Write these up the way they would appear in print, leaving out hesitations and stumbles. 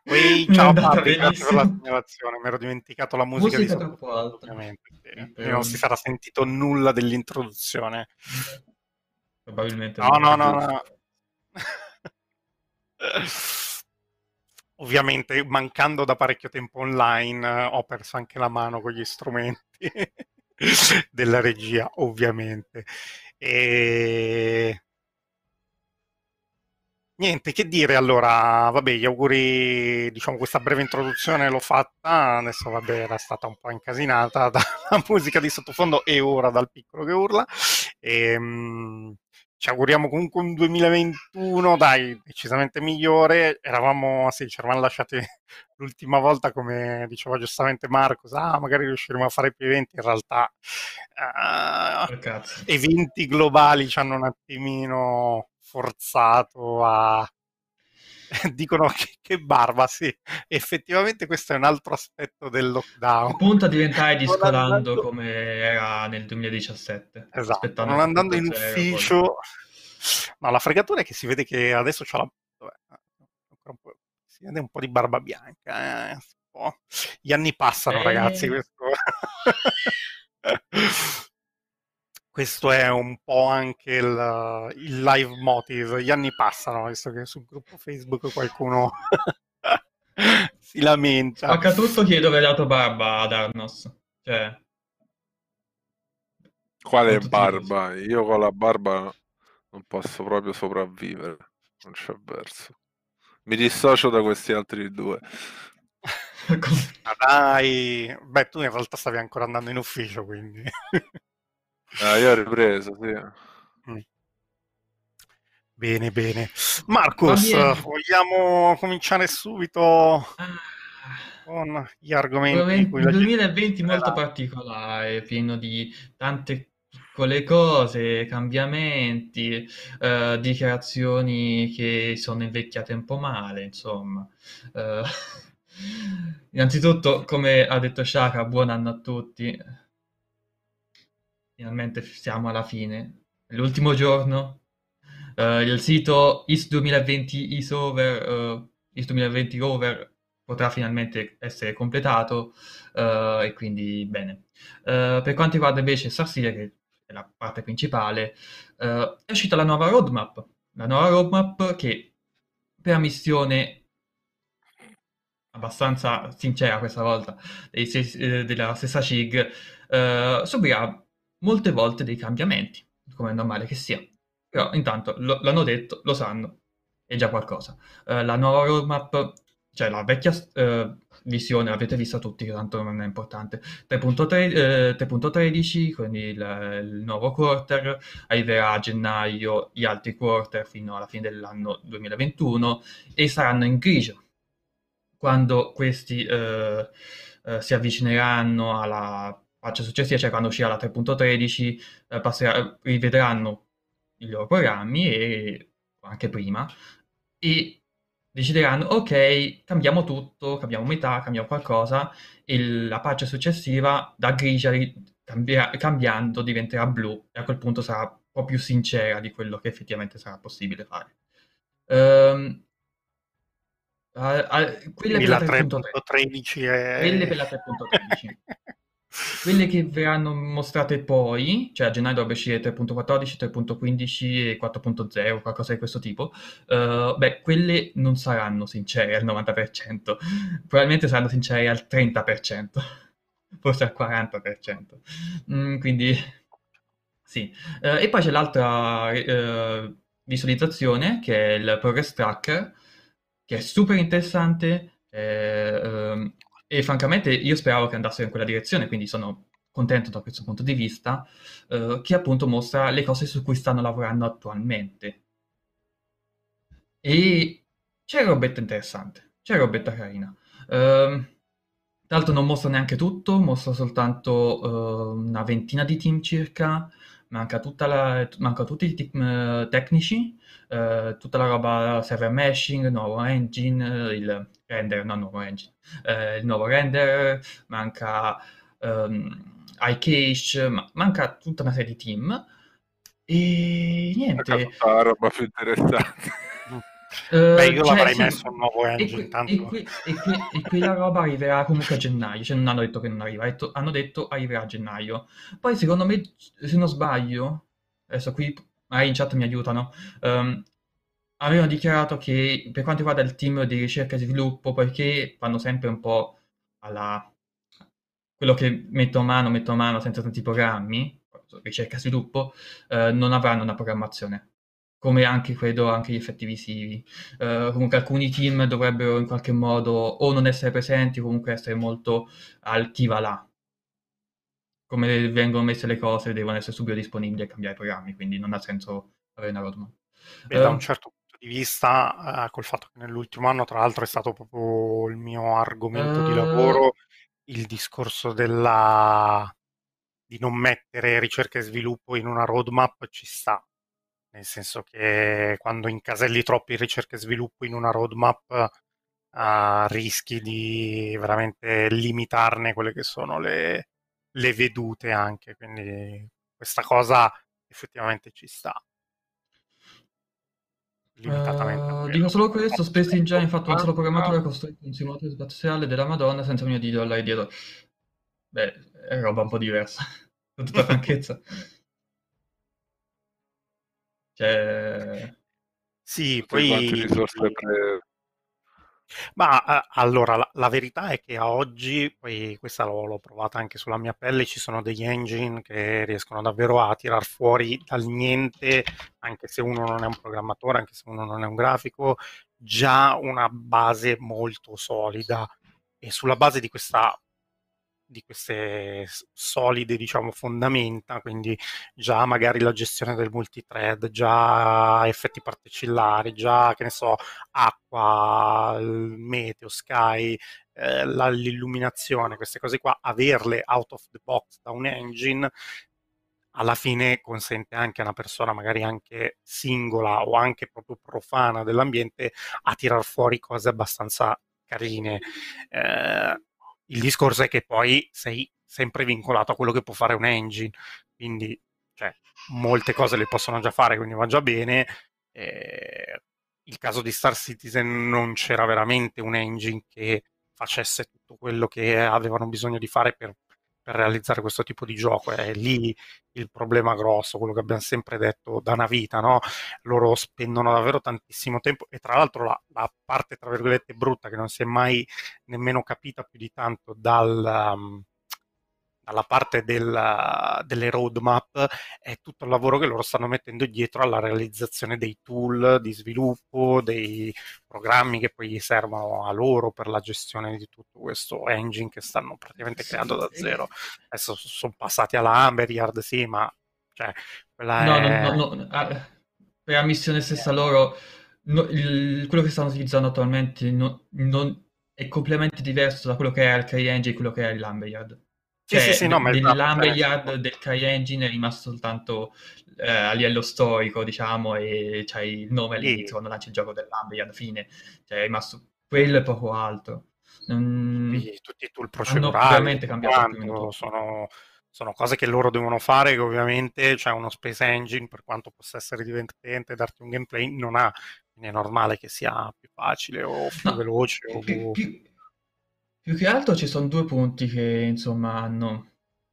Poi, Mi è ciao andata Fabri, grazie per la benissimo. segnalazione. Mi ero dimenticato la musica di Musica troppo sottofondo, alta. ovviamente. Sì. Sì, Quindi non si sarà sentito nulla dell'introduzione. probabilmente No, no. no, È no, giusto. no. Ovviamente, mancando da parecchio tempo online, ho perso anche la mano con gli strumenti della regia, ovviamente. E niente, che dire allora, vabbè, gli auguri, diciamo, questa breve introduzione l'ho fatta, adesso vabbè, era stata un po' incasinata dalla musica di sottofondo e ora dal piccolo che urla. E, ci auguriamo comunque un 2021, dai, decisamente migliore. Eravamo, sì, ci eravamo lasciati l'ultima volta, come diceva giustamente Marcos, magari riusciremo a fare più eventi, in realtà Che cazzo. eventi globali ci hanno un attimino forzato a... Dicono che barba, sì, effettivamente questo è un altro aspetto del lockdown. Punta a diventare Non discolando andando... come era nel 2017, Esatto, aspettando non andando in 3.0 poi. ufficio. No, la fregatura è che si vede che adesso c'ha la... vabbè, ancora un po'... si vede un po' di barba bianca. Un po'. Gli anni passano, ragazzi, Eh, questo... Questo è un po' anche il live motive. Gli anni passano, visto che sul gruppo Facebook qualcuno si lamenta. spacca tutto, chiedo dove hai dato barba ad Arnos. Cioè, Quale sono tutti tifosi. barba? Io con la barba non posso proprio sopravvivere. Non c'è verso. Mi dissocio da questi altri due. Come- Ma dai, beh, tu in realtà stavi ancora andando in ufficio, quindi. Io ho ripreso, sì. Mm. Bene, bene. Va Marcus, bene. vogliamo cominciare subito Ah, con gli argomenti di cui il la gente 2020 molto parlerà? particolare, pieno di tante piccole cose, cambiamenti, dichiarazioni che sono invecchiate un po' male, insomma. Eh, innanzitutto, come ha detto Shaka, buon anno a tutti. Finalmente siamo alla fine. È l'ultimo giorno. Il sito IS 2020 is over, IS 2020 over potrà finalmente essere completato e quindi bene. Per quanto riguarda invece Star City, che è la parte principale, è uscita la nuova roadmap. La nuova roadmap che per la missione abbastanza sincera questa volta della stessa CIG, subirà molte volte dei cambiamenti, come è normale che sia. Però intanto l'hanno detto, lo sanno, è già qualcosa. La nuova roadmap, cioè la vecchia visione, l'avete vista tutti, che tanto non è importante. 3.13, quindi il nuovo quarter, arriverà a gennaio gli altri quarter fino alla fine dell'anno 2021 e saranno in grigio quando questi si avvicineranno alla patch successiva, cioè quando uscirà la 3.13, rivedranno i loro programmi e anche prima e decideranno ok, cambiamo tutto, cambiamo metà, cambiamo qualcosa e la patch successiva da grigia cambiando diventerà blu e a quel punto sarà un po' più sincera di quello che effettivamente sarà possibile fare. Ehm, quelle Quindi per la la 3.3, 3.13 quelle è... per la 3.13. Quelle che verranno mostrate poi, cioè a gennaio dovrebbe uscire 3.14, 3.15 e 4.0, qualcosa di questo tipo, beh, quelle non saranno sincere al 90%, probabilmente saranno sincere al 30%, forse al 40%. Quindi sì. E poi c'è l'altra visualizzazione che è il Progress Tracker, che è super interessante e francamente io speravo che andassero in quella direzione, quindi sono contento da questo punto di vista, che appunto mostra le cose su cui stanno lavorando attualmente. E c'è robetta interessante, c'è robetta carina. Tra l'altro non mostra neanche tutto, mostra soltanto una ventina di team circa, manca tutti i team tecnici, tutta la roba server meshing, nuovo engine, il render, no, nuovo engine, il nuovo render, manca iCache, manca tutta una serie di team. E Manca niente, tutta la roba più interessante. Beh, io Cioè, l'avrei sì, messo un nuovo engine, tanto... e quella roba arriverà comunque a gennaio, cioè non hanno detto che non arriva, hanno detto arriverà a gennaio. Poi secondo me, se non sbaglio, adesso qui magari in chat mi aiutano, avevano dichiarato che per quanto riguarda il team di ricerca e sviluppo, poiché fanno sempre un po' alla quello che metto a mano senza tanti programmi, ricerca e sviluppo, non avranno una programmazione, come anche credo anche gli effetti visivi. Comunque alcuni team dovrebbero in qualche modo o non essere presenti o comunque essere molto al chi va là. Come vengono messe le cose devono essere subito disponibili a cambiare programmi, quindi non ha senso avere una roadmap. Beh, da un certo punto di vista, col fatto che nell'ultimo anno, tra l'altro, è stato proprio il mio argomento di Eh, lavoro, il discorso di non mettere ricerca e sviluppo in una roadmap ci sta. Nel senso che quando incaselli troppi ricerca e sviluppo in una roadmap, rischi di veramente limitarne quelle che sono le vedute anche. Quindi questa cosa effettivamente ci sta, limitatamente a Dico quello. solo questo, Space Engine ha fatto un solo Ah, programmatore ha costruito un simulatore spaziale della Madonna senza milioni di dollari dietro. Beh, è roba un po' diversa, con tutta franchezza. Cioè, Sì, sai quante poi... risorse pre... Ma allora, la verità è che a oggi, poi questa l'ho provata anche sulla mia pelle, ci sono degli engine che riescono davvero a tirar fuori dal niente, anche se uno non è un programmatore, anche se uno non è un grafico, già una base molto solida. E sulla base di queste solide, diciamo, fondamenta, quindi già magari la gestione del multithread, già effetti particellari, già, che ne so, acqua, il meteo, sky, l'illuminazione, queste cose qua, averle out of the box da un engine alla fine consente anche a una persona, magari anche singola o anche proprio profana dell'ambiente, a tirar fuori cose abbastanza carine. Il discorso è che poi sei sempre vincolato a quello che può fare un engine, quindi cioè, molte cose le possono già fare, quindi va già bene. Eh, il caso di Star Citizen non c'era veramente un engine che facesse tutto quello che avevano bisogno di fare per realizzare questo tipo di gioco. È lì il problema grosso, quello che abbiamo sempre detto da una vita, no? Loro spendono davvero tantissimo tempo e tra l'altro la parte, tra virgolette, brutta che non si è mai nemmeno capita più di tanto dalla parte delle roadmap è tutto il lavoro che loro stanno mettendo dietro alla realizzazione dei tool di sviluppo, dei programmi che poi gli servono a loro per la gestione di tutto questo engine che stanno praticamente creando sì, da zero. Adesso sono passati alla Amber Yard, sì, ma cioè, quella no, è... per la missione stessa loro, quello che stanno utilizzando attualmente è completamente diverso da quello che era il CryEngine e quello che era il Lumberyard. Sì, sì, Cioè, sì, no, ma esatto, cioè, nel dell'Lumberyard senso, del CryEngine è rimasto soltanto a livello storico, diciamo, e c'hai il nome all'inizio sì, quando lanci il gioco dell'Lumberyard, fine. Cioè, è rimasto quello e poco altro. tutti i tool Hanno procedurali, veramente tutto cambiato più o meno quanto, tutto. sono cose che loro devono fare, che ovviamente c'è uno Space Engine, per quanto possa essere divertente, darti un gameplay, non ha, quindi è normale che sia più facile o più No, veloce più, o... più- più che altro ci sono due punti che insomma hanno,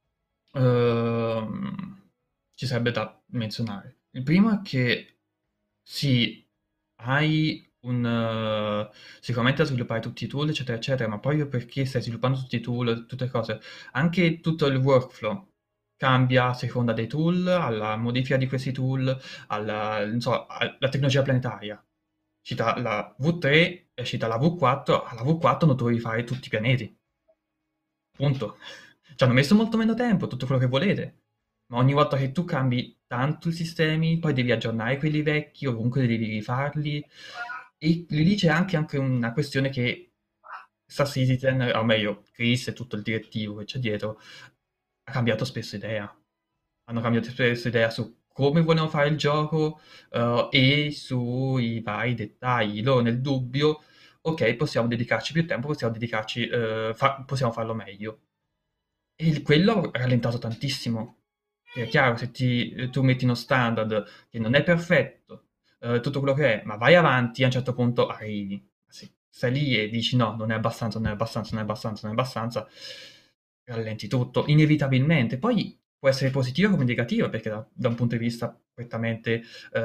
ehm, ci sarebbe da menzionare. Il primo è che sì, hai sicuramente da sviluppare tutti i tool, eccetera, eccetera, ma proprio perché stai sviluppando tutti i tool, tutte le cose, anche tutto il workflow cambia a seconda dei tool, alla modifica di questi tool, non so, alla tecnologia planetaria. È uscita la V3, è uscita la V4, alla V4 non dovevi fare tutti i pianeti. Punto. Ci hanno messo molto meno tempo, tutto quello che volete, ma ogni volta che tu cambi tanto i sistemi, poi devi aggiornare quelli vecchi o comunque devi rifarli. E lì c'è anche una questione che Star Citizen, o meglio, Chris e tutto il direttivo che c'è dietro, ha cambiato spesso idea. Hanno cambiato spesso idea su come volevano fare il gioco, e sui vari dettagli. Loro nel dubbio, ok, possiamo dedicarci più tempo, possiamo dedicarci, possiamo farlo meglio. E quello ha rallentato tantissimo. È chiaro, se tu metti uno standard che non è perfetto, tutto quello che è, ma vai avanti, a un certo punto arrivi. Sì, stai lì e dici no, non è abbastanza, non è abbastanza, non è abbastanza, non è abbastanza, rallenti tutto, inevitabilmente. Poi può essere positiva come negativa, perché da un punto di vista prettamente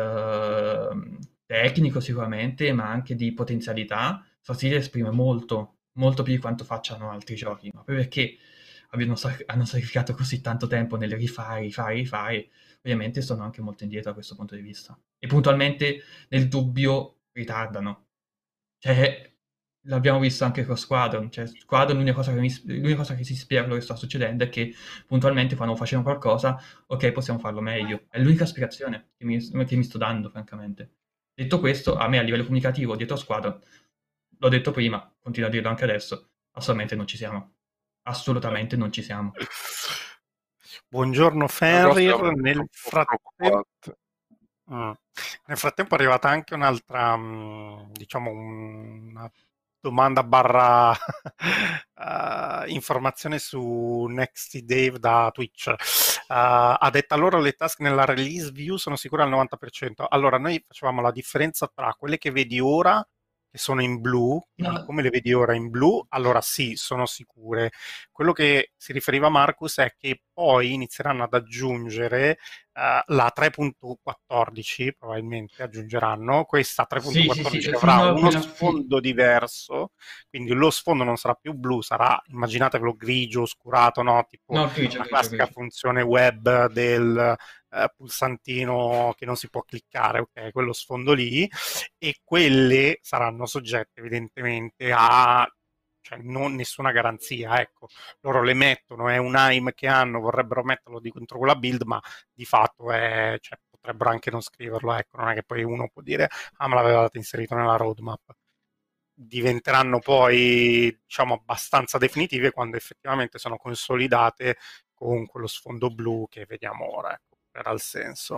tecnico sicuramente, ma anche di potenzialità, Star Citizen esprime molto, molto più di quanto facciano altri giochi, ma proprio perché hanno sacrificato così tanto tempo nel rifare, rifare, rifare, ovviamente sono anche molto indietro da questo punto di vista. E puntualmente nel dubbio ritardano. Cioè, l'abbiamo visto anche con Squadron. Cioè, Squadron l'unica cosa che si spiega quello che sta succedendo è che puntualmente quando facciamo qualcosa, ok, possiamo farlo meglio. È l'unica spiegazione che mi sto dando, francamente. Detto questo, a me a livello comunicativo dietro a Squadron, l'ho detto prima, continuo a dirlo anche adesso, assolutamente non ci siamo. Assolutamente non ci siamo. Buongiorno La cosa Fenrir, un nel po' frattempo... preoccupante. Mm. Nel frattempo è arrivata anche un'altra, diciamo, una domanda barra informazione su Nexty Dave da Twitch. A detta loro le task nella release view sono sicure al 90%. Allora, noi facevamo la differenza tra quelle che vedi ora, che sono in blu, quindi No, come le vedi ora in blu, allora sì, sono sicure. Quello che si riferiva Marcus è che poi inizieranno ad aggiungere la 3.14 probabilmente aggiungeranno, questa sì, sì, 3.14 sì, avrà fino a uno quella sfondo diverso, quindi lo sfondo non sarà più blu, sarà, immaginatevelo grigio, oscurato, no? Tipo No, grigio, la grigio, classica grigio. funzione web del pulsantino che non si può cliccare, ok? Quello sfondo lì, e quelle saranno soggette evidentemente a... Cioè, non nessuna garanzia, ecco, loro le mettono, è un aim che hanno, vorrebbero metterlo di contro quella build, ma di fatto è, cioè, potrebbero anche non scriverlo, ecco, non è che poi uno può dire ah me l'avevate inserito nella roadmap. Diventeranno poi, diciamo, abbastanza definitive quando effettivamente sono consolidate con quello sfondo blu che vediamo ora, ecco, era il senso.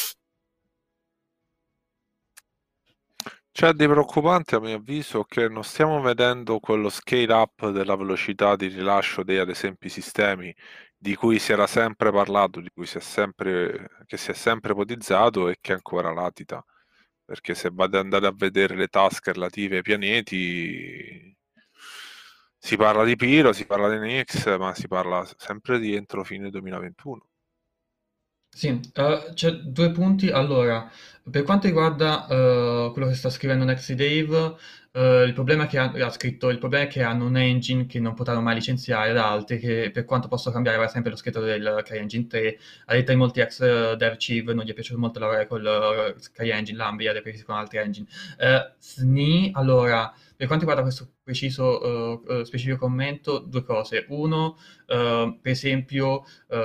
C'è di preoccupante a mio avviso che non stiamo vedendo quello scale up della velocità di rilascio dei, ad esempio, sistemi di cui si era sempre parlato, di cui che si è sempre ipotizzato e che ancora latita. Perché se vado ad andare a vedere le task relative ai pianeti, si parla di Pyro, si parla di Nix, ma si parla sempre di entro fine 2021. Sì, c'è due punti. Allora, per quanto riguarda quello che sta scrivendo Nexy Dave, il problema che ha scritto, il problema è che hanno un engine che non potranno mai licenziare da altri, che per quanto possa cambiare avrà sempre lo scheda del CryEngine 3. A detta di molti ex dev chief non gli è piaciuto molto lavorare con il CryEngine, Lambda, ha preferito con altri engine. SNI, allora, per quanto riguarda questo preciso, specifico commento, due cose. Uno, per esempio,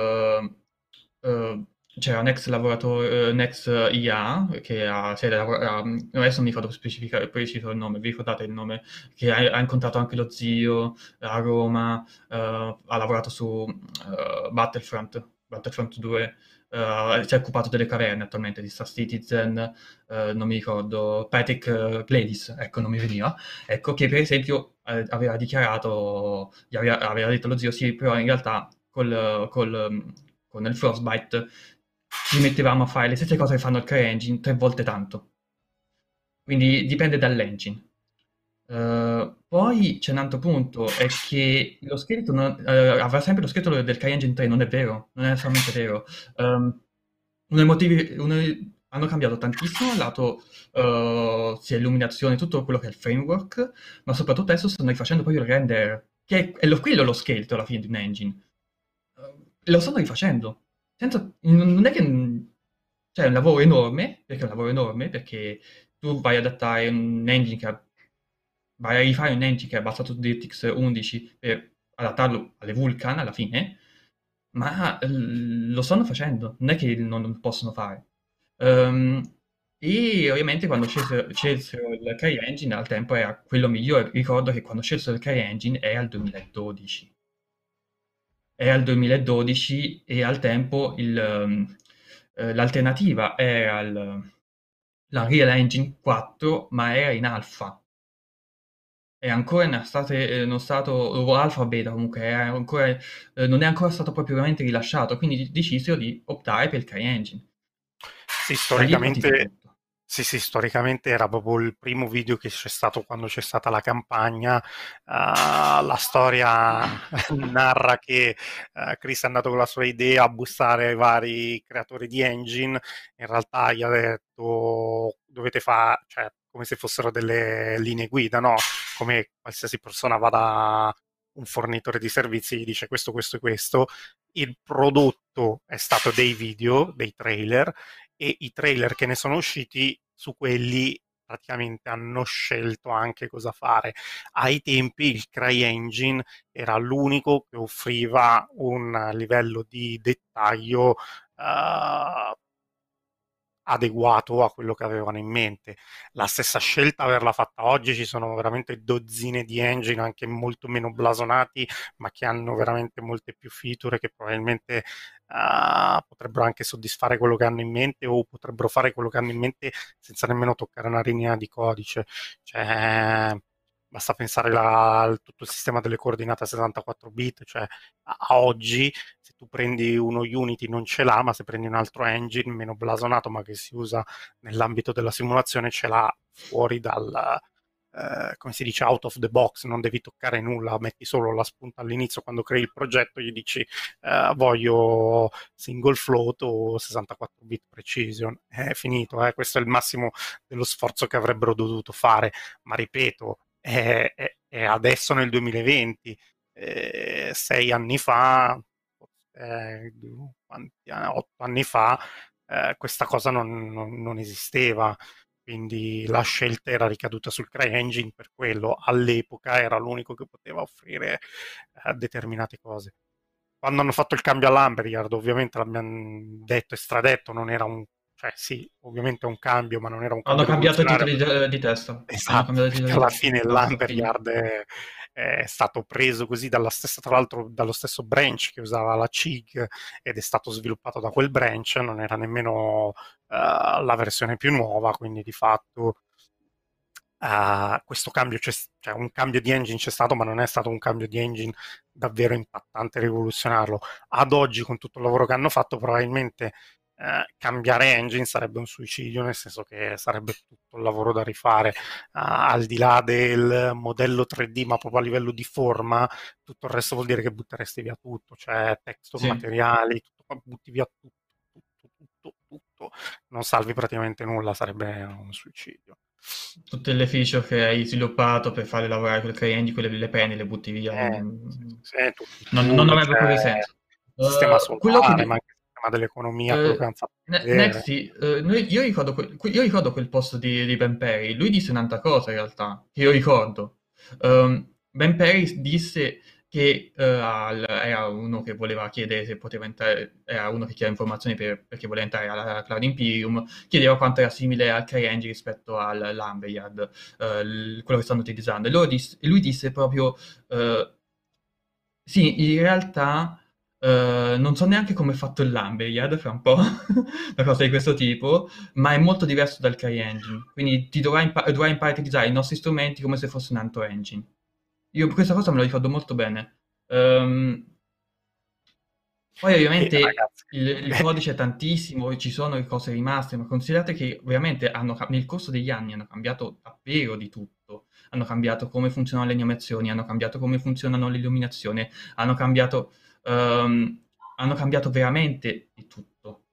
eh, c'era un ex lavoratore, un ex IA che ha, sede adesso non mi ricordo preciso il nome, vi ricordate il nome? Che ha incontrato anche lo zio a Roma, ha lavorato su Battlefront 2, si è occupato delle caverne attualmente di Star Citizen, non mi ricordo, Patrick Gladys, ecco, non mi veniva. Ecco, che per esempio aveva dichiarato, aveva detto allo zio, sì, però in realtà con il Frostbite ci mettevamo a fare le stesse cose che fanno il CryEngine 3 volte tanto. Quindi dipende dall'engine. Poi c'è un altro punto, è che lo scheletro avrà sempre lo scheletro del CryEngine 3, non è vero, non è assolutamente vero. Uno dei motivi, hanno cambiato tantissimo il lato sia illuminazione, tutto quello che è il framework, ma soprattutto adesso stanno rifacendo proprio il render, che è quello lo scheletro alla fine di un engine. Lo stanno rifacendo. Non è che cioè, è un lavoro enorme, perché è un lavoro enorme, perché tu vai ad adattare un engine vai a rifare un engine che è basato su DirectX 11 per adattarlo alle Vulkan alla fine, ma lo stanno facendo, non è che non lo possono fare. Ehm, e ovviamente quando scelsero il CryEngine al tempo era quello migliore. Ricordo che quando scelsero il CryEngine era il 2012. Era il 2012 e al tempo l'alternativa era la Real Engine 4, ma era in alfa. È ancora non stato, o alfa o beta comunque, non è ancora stato propriamente rilasciato, quindi decisero di optare per il CryEngine. Sì, Da lì è partito storicamente, tutto. sì, storicamente era proprio il primo video che c'è stato quando c'è stata la campagna. La storia narra che Chris è andato con la sua idea a bussare ai vari creatori di engine, in realtà gli ha detto dovete fare, cioè come se fossero delle linee guida, no? Come qualsiasi persona va da un fornitore di servizi, gli dice questo, questo e questo. Il prodotto è stato dei video, dei trailer, e i trailer che ne sono usciti su quelli praticamente hanno scelto anche cosa fare. Ai tempi il CryEngine era l'unico che offriva un livello di dettaglio adeguato a quello che avevano in mente. La stessa scelta averla fatta oggi, ci sono veramente dozzine di engine anche molto meno blasonati, ma che hanno veramente molte più feature che probabilmente potrebbero anche soddisfare quello che hanno in mente o potrebbero fare quello che hanno in mente senza nemmeno toccare una linea di codice. Cioè, basta pensare al tutto il sistema delle coordinate a 64 bit, cioè a oggi se tu prendi uno Unity non ce l'ha, ma se prendi un altro engine meno blasonato, ma che si usa nell'ambito della simulazione, ce l'ha fuori dal, come si dice, out of the box, non devi toccare nulla, metti solo la spunta all'inizio quando crei il progetto, gli dici voglio single float o 64 bit precision, è finito, questo è il massimo dello sforzo che avrebbero dovuto fare, ma ripeto, è adesso nel 2020, 6 anni fa, 8 anni fa, questa cosa non esisteva, quindi la scelta era ricaduta sul CryEngine per quello, all'epoca era l'unico che poteva offrire determinate cose. Quando hanno fatto il cambio all'Amberyard, ovviamente l'abbiamo detto e stradetto, non era un, cioè sì, ovviamente è un cambio, ma non era un Hanno cambio cambiato i rivoluzionario. titoli di testa. Hanno Esatto, cambiato i perché titoli di alla testa. fine Basta, fine. l'Amberyard è stato preso così dalla stessa, tra l'altro dallo stesso branch che usava la CIG ed è stato sviluppato da quel branch, non era nemmeno la versione più nuova, quindi di fatto questo cambio cioè un cambio di engine c'è stato, ma non è stato un cambio di engine davvero impattante, rivoluzionario. Ad oggi, con tutto il lavoro che hanno fatto, probabilmente cambiare engine sarebbe un suicidio, nel senso che sarebbe tutto il lavoro da rifare, al di là del modello 3D, ma proprio a livello di forma, tutto il resto vuol dire che butteresti via tutto, cioè texture, Sì. materiali, tutto, butti via tutto, tutto, non salvi praticamente nulla, sarebbe un suicidio. Tutte le feature che hai sviluppato per fare lavorare quel CryEngine, quelle le prendi, le butti via. Tutti i Non tool, avrebbe cioè, quasi senso. sistema Quello che solare, ma anche il sistema dell'economia, quello che hanno eh, fatto vedere. Nexi, io ricordo quel post di Ben Perry. Lui disse un'altra cosa in realtà, che io ricordo. Ben Perry disse che era uno che voleva chiedere se poteva entrare, era uno che chiedeva informazioni perché voleva entrare alla Cloud Imperium, chiedeva quanto era simile al CryEngine rispetto all'Amberyard, quello che stanno utilizzando. E lui disse proprio, sì, in realtà non so neanche come è fatto il Lumberyard, fra un po', una cosa di questo tipo, ma è molto diverso dal CryEngine, quindi dovrai imparare a utilizzare i nostri strumenti come se fosse un altro engine. Io questa cosa me lo ricordo molto bene. Poi E ovviamente ragazzi, il codice è tantissimo e ci sono le cose rimaste, ma considerate che ovviamente nel corso degli anni hanno cambiato davvero di tutto. Hanno cambiato come funzionano le animazioni, hanno cambiato come funzionano l'illuminazione, hanno cambiato, ehm, hanno cambiato veramente di tutto.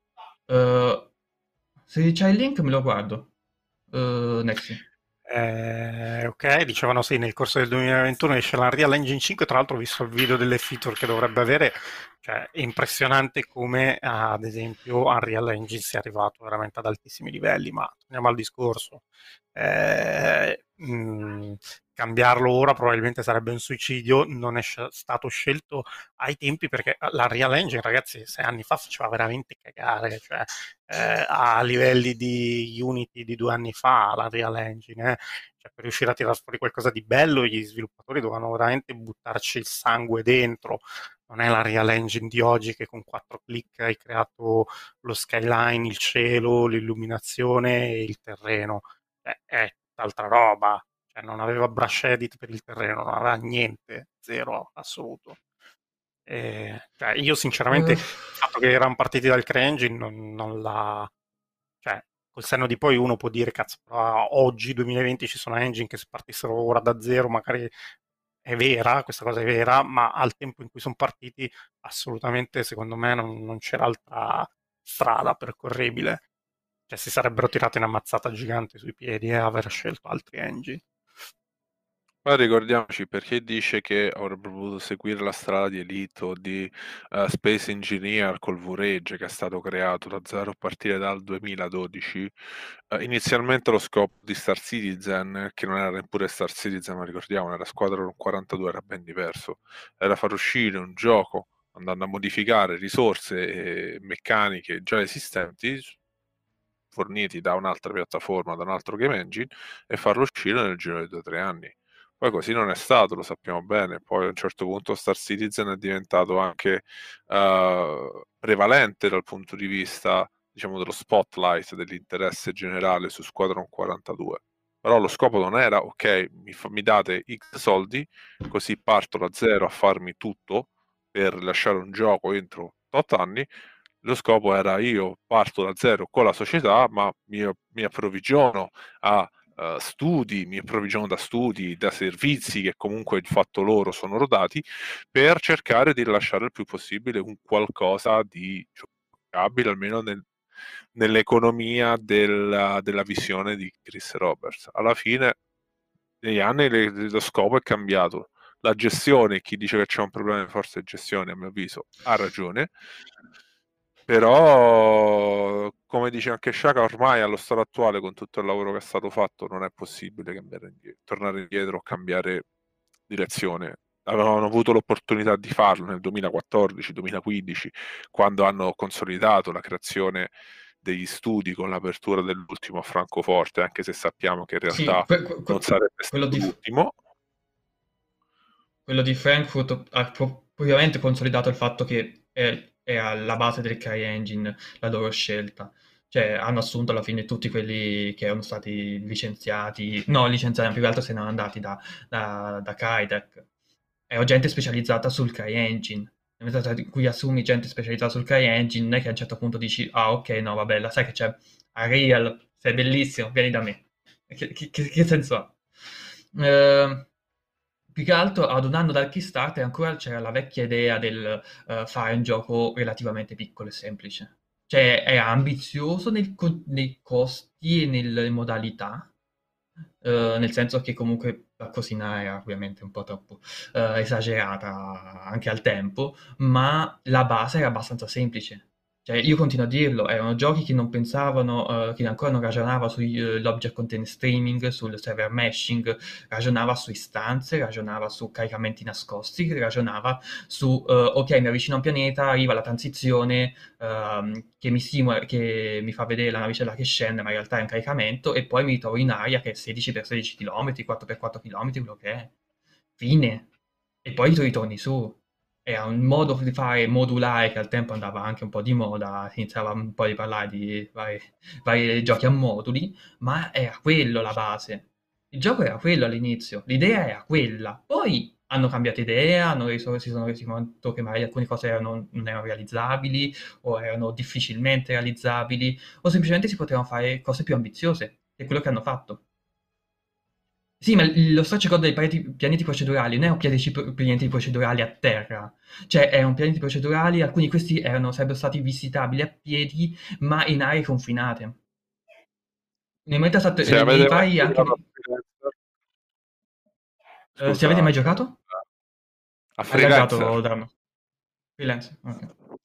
Se c'è il link me lo guardo, Nexi. ok, dicevano sì, nel corso del 2021 esce l'Unreal Engine 5, tra l'altro ho visto il video delle feature che dovrebbe avere, cioè è impressionante come ad esempio Unreal Engine sia arrivato veramente ad altissimi livelli, ma torniamo al discorso. Eh, mh, Cambiarlo ora probabilmente sarebbe un suicidio, non è stato scelto ai tempi perché la Real Engine, ragazzi, 6 anni fa faceva veramente cagare, cioè a livelli di Unity di 2 anni fa, la Real Engine, cioè, per riuscire a tirare fuori qualcosa di bello, gli sviluppatori dovevano veramente buttarci il sangue dentro. Non è la Real Engine di oggi che con 4 clic hai creato lo skyline, il cielo, l'illuminazione e il terreno. È tutt'altra roba. Cioè, non aveva brush edit per il terreno, non aveva niente, zero, assoluto. Cioè, io sinceramente Eh, il fatto che erano partiti dal CryEngine non l'ha, cioè, col senno di poi uno può dire, cazzo, però oggi 2020 ci sono engine che se partissero ora da zero magari è vera, questa cosa è vera, ma al tempo in cui sono partiti assolutamente secondo me non c'era altra strada percorribile, cioè si sarebbero tirati una mazzata gigante sui piedi e aver scelto altri engine. Ma ricordiamoci perché dice che avrebbe voluto seguire la strada di Elite o di Space Engineer col V-Rage che è stato creato da zero a partire dal 2012. Inizialmente lo scopo di Star Citizen, che non era neppure Star Citizen, ma ricordiamo, era Squadron 42, era ben diverso, era far uscire un gioco andando a modificare risorse e meccaniche già esistenti forniti da un'altra piattaforma, da un altro game engine e farlo uscire nel giro di 2 o 3 anni. Poi così non è stato, lo sappiamo bene. Poi a un certo punto Star Citizen è diventato anche prevalente dal punto di vista, diciamo, dello spotlight, dell'interesse generale su Squadron 42. Però lo scopo non era, ok, mi date X soldi, così parto da zero a farmi tutto per lasciare un gioco entro 8 anni. Lo scopo era io parto da zero con la società, ma mi approvvigiono a studi, mi approvvigiono da studi, da servizi che comunque il fatto loro sono rodati, per cercare di rilasciare il più possibile un qualcosa di giocabile, almeno nell'economia della visione di Chris Roberts. Alla fine, negli anni, lo scopo è cambiato. La gestione, chi dice che c'è un problema di forza di gestione, a mio avviso, ha ragione. Però, come dice anche Shaka, ormai allo stato attuale, con tutto il lavoro che è stato fatto, non è possibile tornare indietro o cambiare direzione. Avevano avuto l'opportunità di farlo nel 2014-2015, quando hanno consolidato la creazione degli studi con l'apertura dell'ultimo a Francoforte, anche se sappiamo che in Sì, realtà non sarebbe quello stato di, l'ultimo. quello di Frankfurt ha propriamente consolidato il fatto che è alla base del CryEngine la loro scelta. Cioè, hanno assunto alla fine tutti quelli che erano stati licenziati, no, licenziati, più che altro se ne erano andati da Crytek. Era gente specializzata sul CryEngine. Nel momento in cui assumi gente specializzata sul CryEngine, non è che a un certo punto dici, ah, ok, no, vabbè, la sai che c'è Unreal, sei bellissimo, vieni da me. Che senso ha? Più che altro ad un anno dal Kickstarter ancora c'era la vecchia idea del fare un gioco relativamente piccolo e semplice. Cioè era ambizioso nei costi e nelle modalità, nel senso che comunque la cosina era ovviamente un po' troppo esagerata anche al tempo, ma la base era abbastanza semplice. Cioè, io continuo a dirlo, erano giochi che non pensavano, che ancora non ragionava sull'object content streaming, sul server meshing, ragionava su istanze, ragionava su caricamenti nascosti, ragionava su, ok, mi avvicino a un pianeta, arriva la transizione, che mi simula, che mi fa vedere la navicella che scende, ma in realtà è un caricamento, e poi mi ritrovo in aria che è 16x16 km, 4x4 km, quello che è. Fine. E poi tu ritorni su. Era un modo di fare modulare che al tempo andava anche un po' di moda, si iniziava un po' di parlare di vari giochi a moduli, ma era quello la base. Il gioco era quello all'inizio, l'idea era quella. Poi hanno cambiato idea, si sono resi conto che magari alcune cose non erano realizzabili, o erano difficilmente realizzabili, o semplicemente si potevano fare cose più ambiziose, che è quello che hanno fatto. Sì, ma lo stretch code dei pianeti procedurali non è un pianeti procedurali a terra, cioè erano pianeti procedurali, alcuni di questi sarebbero stati visitabili a piedi, ma in aree confinate. Nel momento esatto, Se nei avete mai vari anche... giocato a Freelancer, Se avete mai scusa, giocato? a Hai laggato, Freelancer. Darmo. Freelance, ok.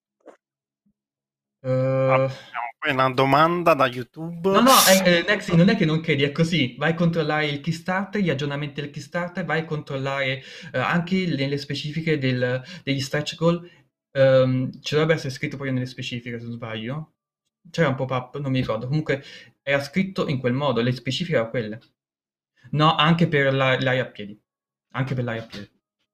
Abbiamo poi una domanda da YouTube. No, no, Nexi, non è che non credi, è così. Vai a controllare il Kickstarter, gli aggiornamenti del Kickstarter, vai a controllare anche nelle specifiche degli stretch goal. Ci dovrebbe essere scritto proprio nelle specifiche, se non sbaglio. C'era un pop-up, non mi ricordo. Comunque era scritto in quel modo, le specifiche erano quelle. No, anche per l'aria a piedi. Anche per l'aria a piedi.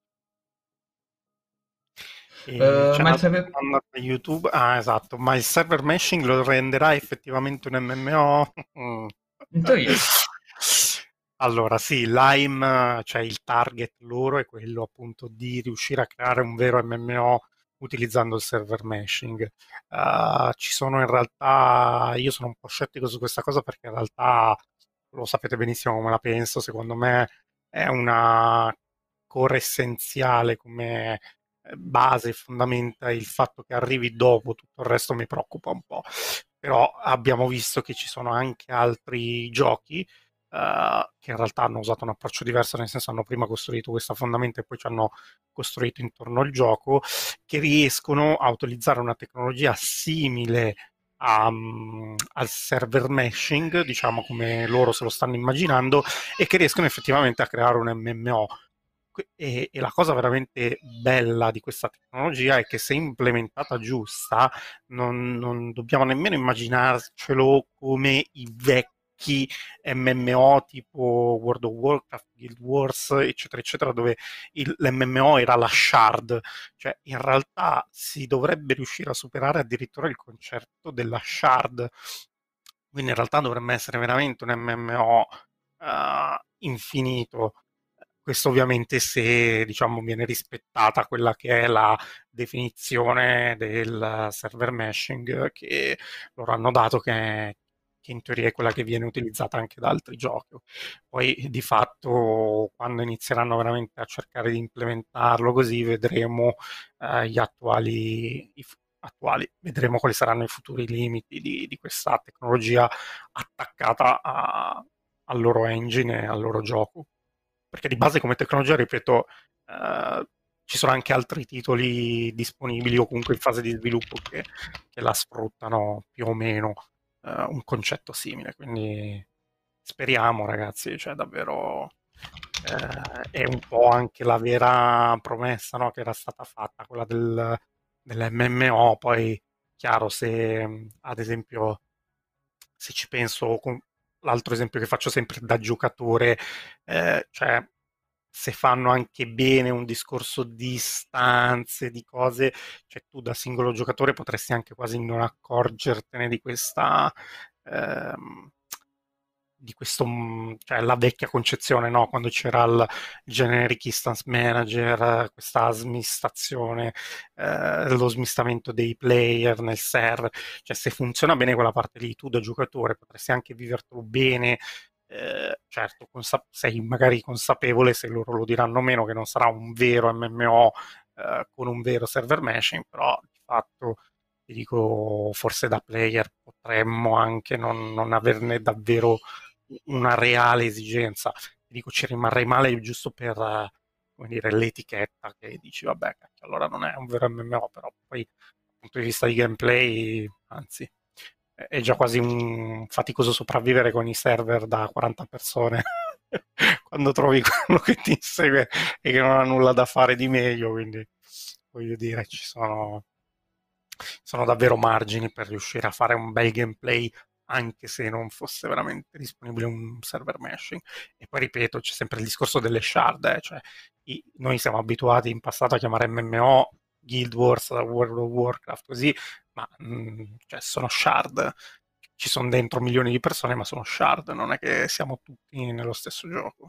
E c'è Ma il una server... domanda da YouTube. Ah, esatto, ma il server meshing lo renderà effettivamente un MMO? Mm. In teoria. Allora, sì, Lime, cioè il target loro è quello appunto di riuscire a creare un vero MMO utilizzando il server meshing. Ci sono in realtà, io sono un po' scettico su questa cosa perché in realtà lo sapete benissimo come la penso, secondo me è una core essenziale come base, fondamenta il fatto che arrivi dopo, tutto il resto mi preoccupa un po'. Però abbiamo visto che ci sono anche altri giochi che in realtà hanno usato un approccio diverso, nel senso hanno prima costruito questa fondamenta e poi ci hanno costruito intorno al gioco, che riescono a utilizzare una tecnologia simile al server meshing, diciamo come loro se lo stanno immaginando, e che riescono effettivamente a creare un MMO. E la cosa veramente bella di questa tecnologia è che se implementata giusta, non dobbiamo nemmeno immaginarcelo come i vecchi MMO tipo World of Warcraft, Guild Wars, eccetera, eccetera, dove l'MMO era la shard. Cioè, in realtà si dovrebbe riuscire a superare addirittura il concetto della shard. Quindi in realtà dovrebbe essere veramente un MMO infinito. Questo ovviamente se diciamo, viene rispettata quella che è la definizione del server meshing che loro hanno dato, che in teoria è quella che viene utilizzata anche da altri giochi. Poi di fatto quando inizieranno veramente a cercare di implementarlo così vedremo gli attuali, vedremo quali saranno i futuri limiti di questa tecnologia attaccata al loro engine e al loro gioco. Perché di base come tecnologia, ripeto, ci sono anche altri titoli disponibili o comunque in fase di sviluppo che la sfruttano più o meno un concetto simile. Quindi speriamo, ragazzi, cioè davvero è un po' anche la vera promessa, no, che era stata fatta, quella dell'MMO. Poi, chiaro, se ad esempio, se ci penso, l'altro esempio che faccio sempre da giocatore, cioè se fanno anche bene un discorso di stanze, di cose, cioè tu da singolo giocatore potresti anche quasi non accorgertene ehm, di questo, cioè la vecchia concezione, no? Quando c'era il generic instance manager, questa smistazione, lo smistamento dei player nel server, cioè se funziona bene quella parte lì, tu da giocatore potresti anche vivertelo bene, certo, sei magari consapevole, se loro lo diranno meno, che non sarà un vero MMO con un vero server meshing, però di fatto ti dico, forse da player potremmo anche non averne davvero una reale esigenza. Ti dico, ci rimarrei male giusto per, come dire, l'etichetta che dici, vabbè, cacchio, allora non è un vero MMO, però poi dal punto di vista di gameplay, anzi, è già quasi un faticoso sopravvivere con i server da 40 persone quando trovi quello che ti insegue e che non ha nulla da fare di meglio, quindi voglio dire, sono davvero margini per riuscire a fare un bel gameplay anche se non fosse veramente disponibile un server meshing. E poi ripeto, c'è sempre il discorso delle shard, cioè noi siamo abituati in passato a chiamare MMO Guild Wars, World of Warcraft, così, ma cioè, sono shard. Ci sono dentro milioni di persone, ma sono shard, non è che siamo tutti nello stesso gioco.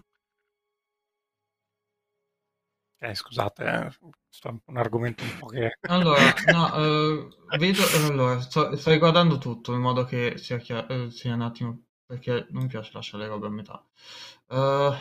Scusate, questo è un argomento un po' che... Allora, no, vedo, allora, sto riguardando tutto in modo che sia un attimo, perché non mi piace lasciare le robe a metà. Eh,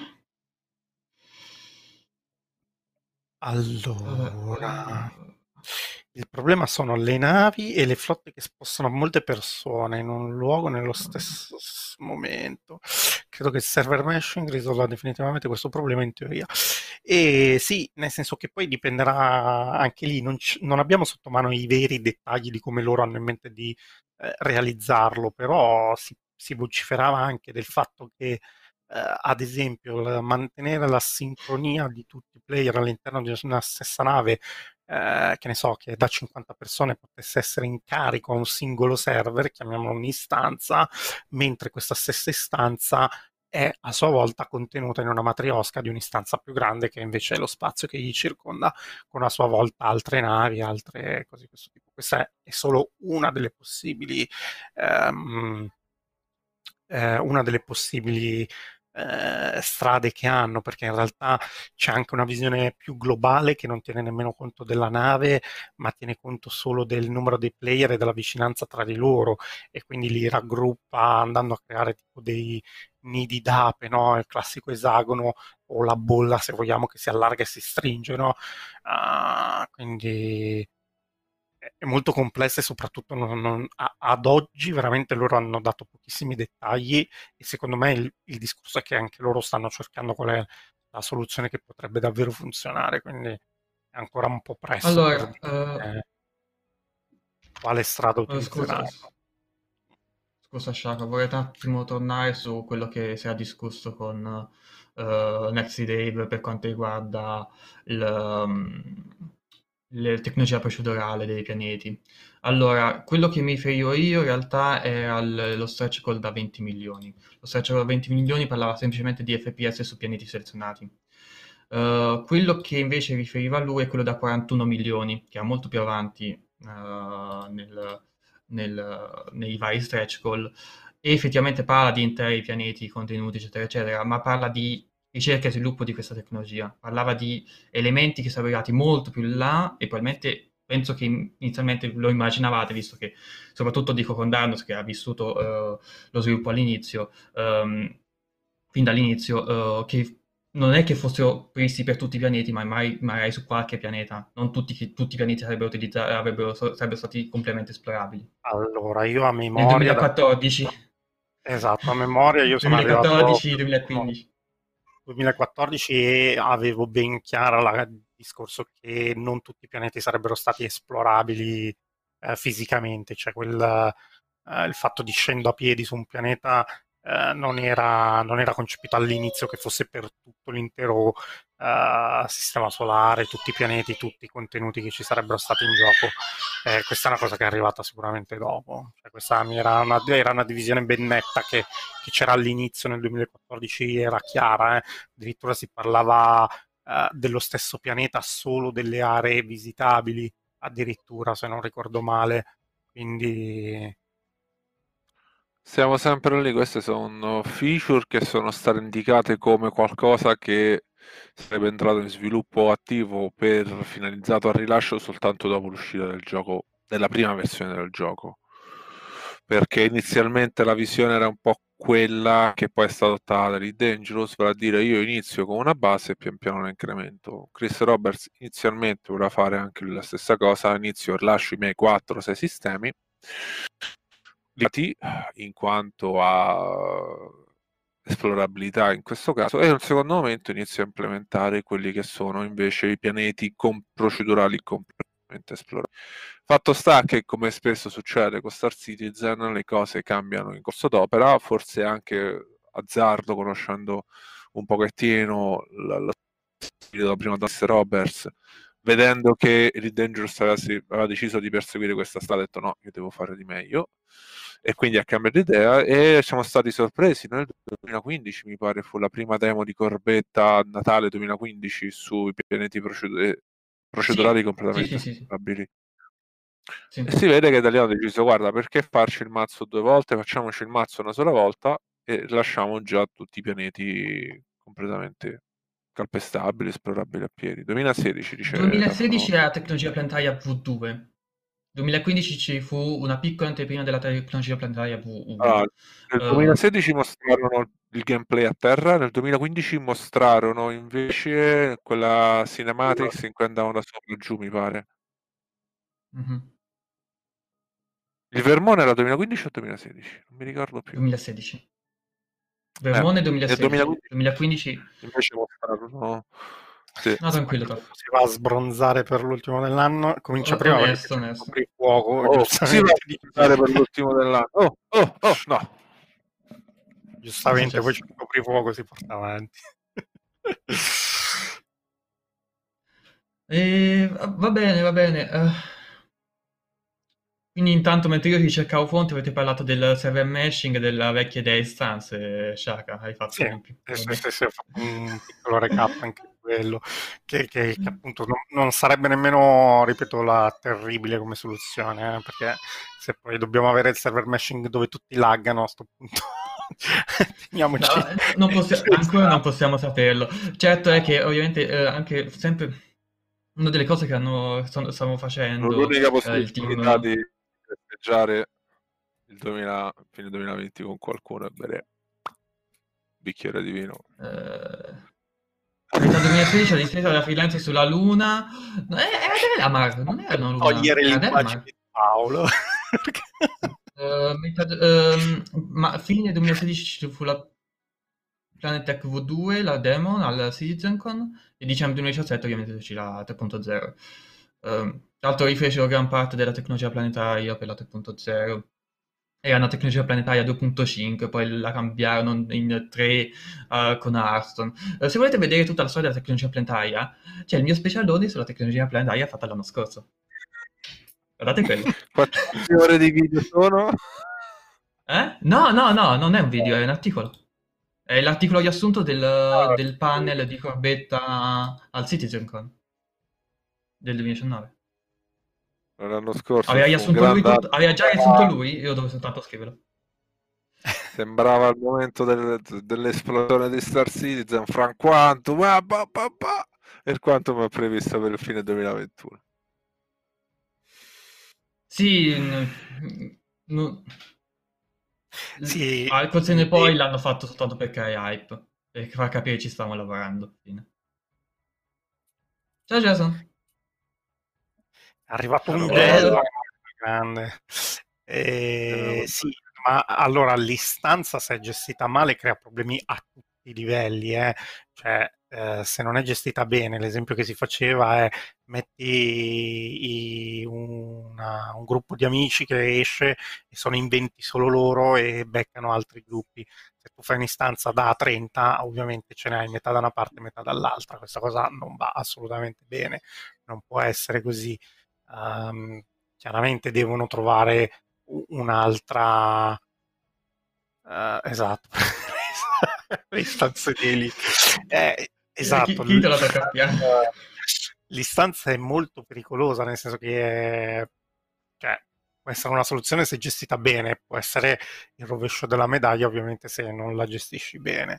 Allora, eh, il problema sono le navi e le flotte che spostano molte persone in un luogo nello stesso momento. Credo che il server meshing risolva definitivamente questo problema in teoria. E sì, nel senso che poi dipenderà anche lì, non abbiamo sotto mano i veri dettagli di come loro hanno in mente di realizzarlo, però si vociferava anche del fatto che ad esempio mantenere la sincronia di tutti i player all'interno di una stessa nave, che ne so, che da 50 persone potesse essere in carico a un singolo server, chiamiamolo un'istanza, mentre questa stessa istanza è a sua volta contenuta in una matriosca di un'istanza più grande che invece è lo spazio che gli circonda, con a sua volta altre navi, altre cose di questo tipo. Questa è solo ehm, una delle possibili strade che hanno, perché in realtà c'è anche una visione più globale che non tiene nemmeno conto della nave, ma tiene conto solo del numero dei player e della vicinanza tra di loro, e quindi li raggruppa andando a creare tipo dei nidi d'ape, no? Il classico esagono o la bolla, se vogliamo, che si allarga e si stringe, no? Quindi è molto complessa e soprattutto ad oggi veramente loro hanno dato pochissimi dettagli, e secondo me il discorso è che anche loro stanno cercando qual è la soluzione che potrebbe davvero funzionare, quindi è ancora un po' presto per Allora, dire quale strada scusa, utilizzeranno. scusa Shaka, vorrei un attimo tornare su quello che si era discusso con Nexi Dave per quanto riguarda il, la tecnologia procedurale dei pianeti. Allora, quello che mi riferivo io in realtà era lo stretch goal da 20 milioni. Lo stretch goal da 20 milioni parlava semplicemente di FPS su pianeti selezionati. Quello che invece riferiva lui è quello da 41 milioni, che è molto più avanti nei vari stretch goal, e effettivamente parla di interi pianeti contenuti, eccetera, eccetera, ma parla di ricerca e sviluppo di questa tecnologia. Parlava di elementi che sarebbero arrivati molto più in là, e probabilmente penso che inizialmente lo immaginavate, visto che soprattutto dico con Darnos che ha vissuto lo sviluppo all'inizio, fin dall'inizio, che non è che fossero previsti per tutti i pianeti, ma magari su qualche pianeta. Non tutti i pianeti sarebbero stati completamente esplorabili. Allora, io a Nel memoria, 2014, esatto, a memoria io sono arrivato 2014-2015. 2014 e avevo ben chiara il discorso che non tutti i pianeti sarebbero stati esplorabili fisicamente, cioè il fatto di scendo a piedi su un pianeta non era concepito all'inizio che fosse per tutto l'intero sistema solare, tutti i pianeti, tutti i contenuti che ci sarebbero stati in gioco. Questa è una cosa che è arrivata sicuramente dopo. Cioè, questa era una divisione ben netta che c'era all'inizio nel 2014, era chiara, addirittura si parlava dello stesso pianeta, solo delle aree visitabili, addirittura, se non ricordo male. Quindi Siamo sempre lì, queste sono feature che sono state indicate come qualcosa che sarebbe entrato in sviluppo attivo per finalizzato al rilascio soltanto dopo l'uscita del gioco, della prima versione del gioco. Perché inizialmente la visione era un po' quella che poi è stata adottata da Elite Dangerous, vale a dire io inizio con una base e pian piano la incremento. Chris Roberts inizialmente voleva fare anche lui la stessa cosa, inizio rilascio i miei 4-6 sistemi in quanto a esplorabilità in questo caso, e in un secondo momento inizio a implementare quelli che sono invece i pianeti procedurali completamente esplorati. Fatto sta che, come spesso succede con Star Citizen, le cose cambiano in corso d'opera, forse anche azzardo, conoscendo un pochettino la della prima Dusty Roberts, vedendo che Elite Dangerous aveva deciso di perseguire questa strada, ha detto no, io devo fare di meglio, e quindi ha cambiato idea e siamo stati sorpresi. Nel 2015 mi pare fu la prima demo di Corbetta a Natale 2015 sui pianeti procedurali Sì, sì, completamente sì, sì, sì. esplorabili. Sì. E si vede che Italiano ha deciso, guarda, perché farci il mazzo 2 volte, facciamoci il mazzo una sola volta e lasciamo già tutti i pianeti completamente calpestabili, esplorabili a piedi. 2016 dice 2016 Dafno. era la tecnologia planetaria V2. 2015 ci fu una piccola anteprima della tecnologia planetaria V1. Allora, nel Eh, 2016 mostrarono il gameplay a terra, nel 2015 mostrarono invece quella cinematics in cui andavano da sopra e giù, mi pare. mhm, Il Vermone era 2015 o 2016? Non mi ricordo più. 2016. Eh, Vermone nel 2016. 2015 2015. invece mostrarono... Sì. No, tranquillo, Taf. si va a sbronzare per l'ultimo dell'anno, comincia prima perché Onesto, c'è il onesto. coprifuoco, Oh, si va giustamente, a fare per l'ultimo dell'anno. Oh, oh, oh, no. Cosa è giustamente poi successo? c'è il coprifuoco, si porta avanti. Va bene, va bene. Quindi intanto mentre io ricercavo fonti avete parlato del server meshing della vecchia idea istanze, Shaka, hai fatto Sì, un piccolo break. sì, ho fatto un piccolo recap anche di quello, che appunto non sarebbe nemmeno, ripeto, la terribile come soluzione, perché se poi dobbiamo avere il server meshing dove tutti laggano a sto punto Teniamoci. No, ancora non possiamo saperlo. Certo è che ovviamente anche sempre una delle cose che stanno facendo L'unica il possibilità team. di festeggiare fine 2020 con qualcuno è bere bicchiere di vino. Metà 2016 la discesa della freelance sulla Luna. Era Delamar, non era una Luna, Togliere era l'immagine Delamar. di Paolo. Ma fine 2016 ci fu la Planetech V2, la demo al CitizenCon, e dicembre 2017 ovviamente c'è la 3.0. Tra l'altro rifecero gran parte della tecnologia planetaria per la 3.0. Era una tecnologia planetaria 2.5, poi la cambiarono in 3 con Hearthstone. Se volete vedere tutta la storia della tecnologia planetaria, c'è il mio specialone sulla tecnologia planetaria fatta l'anno scorso. Guardate quello. Quante ore di video sono? No, non è un video, è un articolo. È l'articolo riassunto del panel di Corbetta al CitizenCon del 2019. L'anno scorso Aveva fu un riassunto lui grande tutto, aveva già riassunto lui, io dovevo soltanto scriverlo. sembrava il momento dell'esplosione di Star Citizen, fra quanto e quanto mi ha previsto per il fine 2021. Sì, Sì, col se ne poi l'hanno fatto soltanto per creare hype, per far capire che ci stavamo lavorando. Fine. Ciao Jason. è arrivato un Allora, gelo Eh, grande. Sì, ma allora l'istanza, se è gestita male, crea problemi a tutti i livelli. Cioè, se non è gestita bene, l'esempio che si faceva è metti un gruppo di amici che esce e sono in 20 solo loro e beccano altri gruppi. Se tu fai un'istanza da 30, ovviamente ce ne hai metà da una parte e metà dall'altra. Questa cosa non va assolutamente bene, non può essere così. Chiaramente devono trovare un'altra esatto le istanze di Eli. Esatto, chi te la tocca a piano? l'istanza è molto pericolosa, nel senso che cioè, può essere una soluzione se gestita bene, può essere il rovescio della medaglia ovviamente se non la gestisci bene.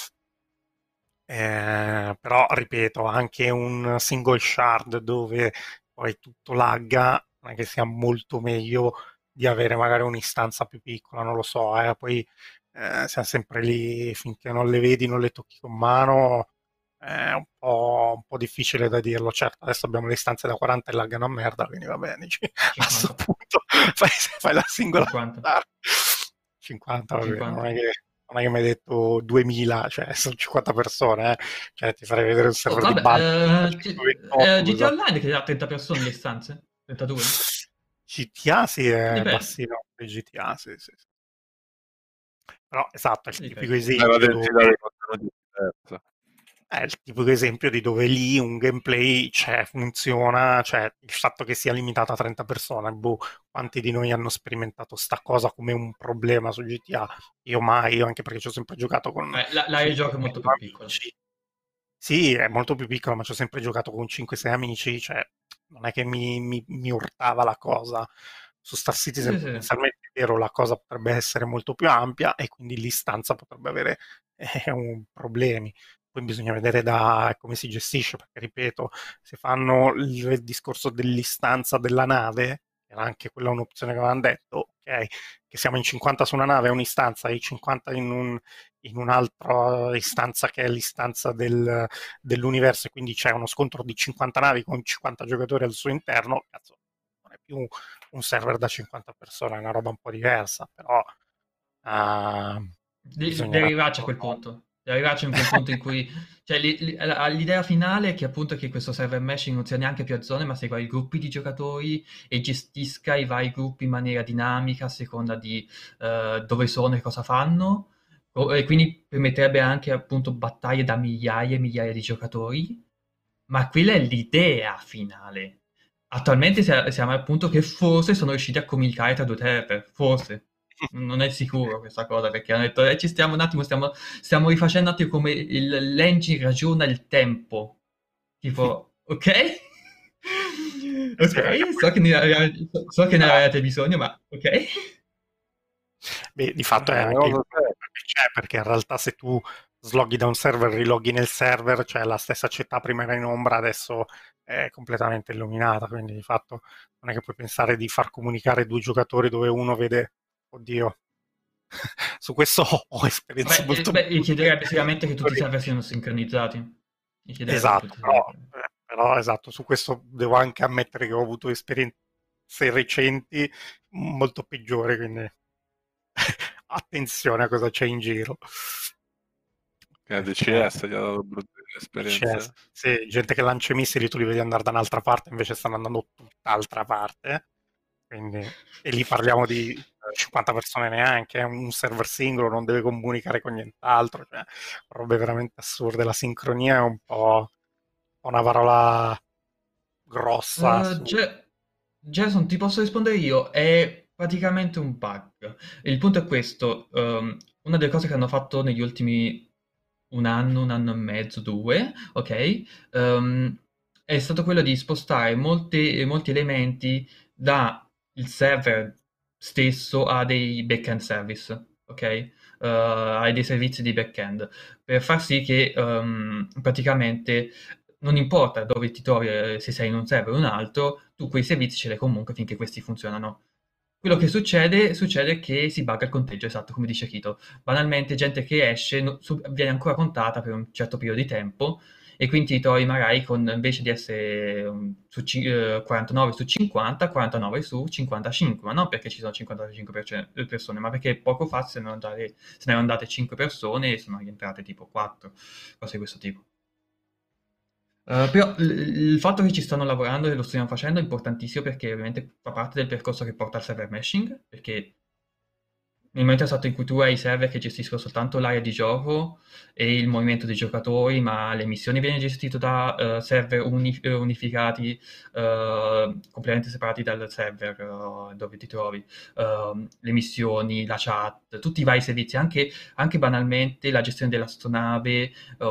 Però ripeto, anche un single shard dove poi tutto lagga non è che sia molto meglio di avere magari un'istanza più piccola, non lo so, poi siamo sempre lì finché non le vedi, non le tocchi con mano, è un po' difficile da dirlo. Certo, adesso abbiamo le istanze da 40 e laggano a merda, quindi va bene, a questo 50. punto fai la singola 50. 50, va bene, 50. non è che mi hai detto 2000, cioè sono 50 persone, cioè ti farei vedere un Oh, server di bar vabbè, 128, GTA Online che ha 30 persone le stanze? 32? GTA sì, è Dipende. bassino di GTA, sì, sì, sì. Però esatto, è il tipico Dipende. La esempio densità dove dei contenuti è diversa. è il tipico esempio di dove lì un gameplay c'è, funziona, cioè il fatto che sia limitato a 30 persone, boh, quanti di noi hanno sperimentato sta cosa come un problema su GTA? Io mai, anche perché ci ho sempre giocato con L'area di gioco è molto più piccola. amici. Sì, è molto più piccola, ma ci ho sempre giocato con 5-6 amici, cioè non è che mi urtava la cosa. Su Star Citizen Sì, sì. potenzialmente è vero, la cosa potrebbe essere molto più ampia e quindi l'istanza potrebbe avere problemi. Poi bisogna vedere da come si gestisce, perché ripeto, se fanno il discorso dell'istanza della nave, era anche quella un'opzione che avevano detto, ok, che siamo in 50 su una nave, è un'istanza, e i 50 in un'altra istanza che è l'istanza dell'universo, e quindi c'è uno scontro di 50 navi con 50 giocatori al suo interno, cazzo, non è più un server da 50 persone, è una roba un po' diversa, però Devi bisognerà... arrivarci a quel punto. Devi arrivarci a quel punto in cui... Cioè, l'idea finale è che appunto che questo server meshing non sia neanche più a zone, ma segua i gruppi di giocatori e gestisca i vari gruppi in maniera dinamica a seconda di dove sono e cosa fanno. E quindi permetterebbe anche appunto battaglie da migliaia e migliaia di giocatori. Ma quella è l'idea finale. Attualmente siamo al punto che forse sono riusciti a comunicare tra due server. Forse. Non è sicuro questa cosa, perché hanno detto, ci stiamo un attimo, stiamo rifacendo un attimo come l'engine ragiona il tempo. Tipo, ok? Sì, perché Ok, so che ne avete bisogno, ma ok? beh, di fatto è La anche il cosa è c'è, perché in realtà se tu sloghi da un server, riloghi nel server, cioè la stessa città prima era in ombra, adesso è completamente illuminata, quindi di fatto non è che puoi pensare di far comunicare due giocatori dove uno vede, oddio, su questo ho esperienze molto richiederebbe sicuramente che tutti i brutte. server siano sincronizzati. Richiederebbe che Esatto, tutti i però, server. però esatto, su questo devo anche ammettere che ho avuto esperienze recenti molto peggiori, quindi attenzione a cosa c'è in giro. Perché DCS gli ha dato brutte CS, esperienze. sì, gente che lancia i missili, tu li vedi andare da un'altra parte, invece stanno andando tutt'altra parte. Quindi, e lì parliamo di 50 persone neanche, è un server singolo, non deve comunicare con nient'altro, cioè, robe veramente assurde. La sincronia è un po' una parola grossa su... Jason, ti posso rispondere io? È praticamente un bug. Il punto è questo: una delle cose che hanno fatto negli ultimi un anno e mezzo, due, ok? È stato quello di spostare molti elementi dal server stesso a dei backend service, ok? A dei servizi di backend, per far sì che praticamente non importa dove ti trovi, se sei in un server o un altro, tu quei servizi ce li hai comunque finché questi funzionano. Quello che succede è che si bugga il conteggio, esatto, come dice Kito. Banalmente, gente che esce viene ancora contata per un certo periodo di tempo e quindi ti trovi magari con, invece di essere 49 su 50, 49 su 55, ma non perché ci sono 55 persone, ma perché poco fa se ne erano andate 5 persone e sono rientrate tipo 4, cose di questo tipo. Però il fatto che ci stanno lavorando e lo stiamo facendo è importantissimo perché ovviamente fa parte del percorso che porta al server meshing, perché nel momento esatto in cui tu hai i server che gestiscono soltanto l'area di gioco e il movimento dei giocatori, ma le missioni vengono gestite da server unificati, completamente separati dal server dove ti trovi, le missioni, la chat, tutti i vari servizi, anche banalmente la gestione dell'astronave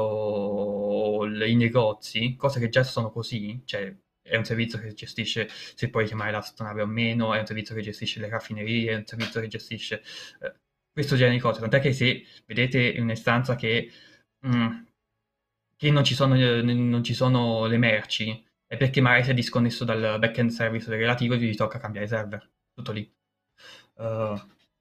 o i negozi, cose che già sono così, cioè è un servizio che gestisce se puoi chiamare l'astronave o meno, è un servizio che gestisce le raffinerie, è un servizio che gestisce questo genere di cose. Tant'è che se vedete in un'istanza mm, che non ci sono le merci, è perché magari si è disconnesso dal backend service relativo e vi tocca cambiare server. Tutto lì. Uh,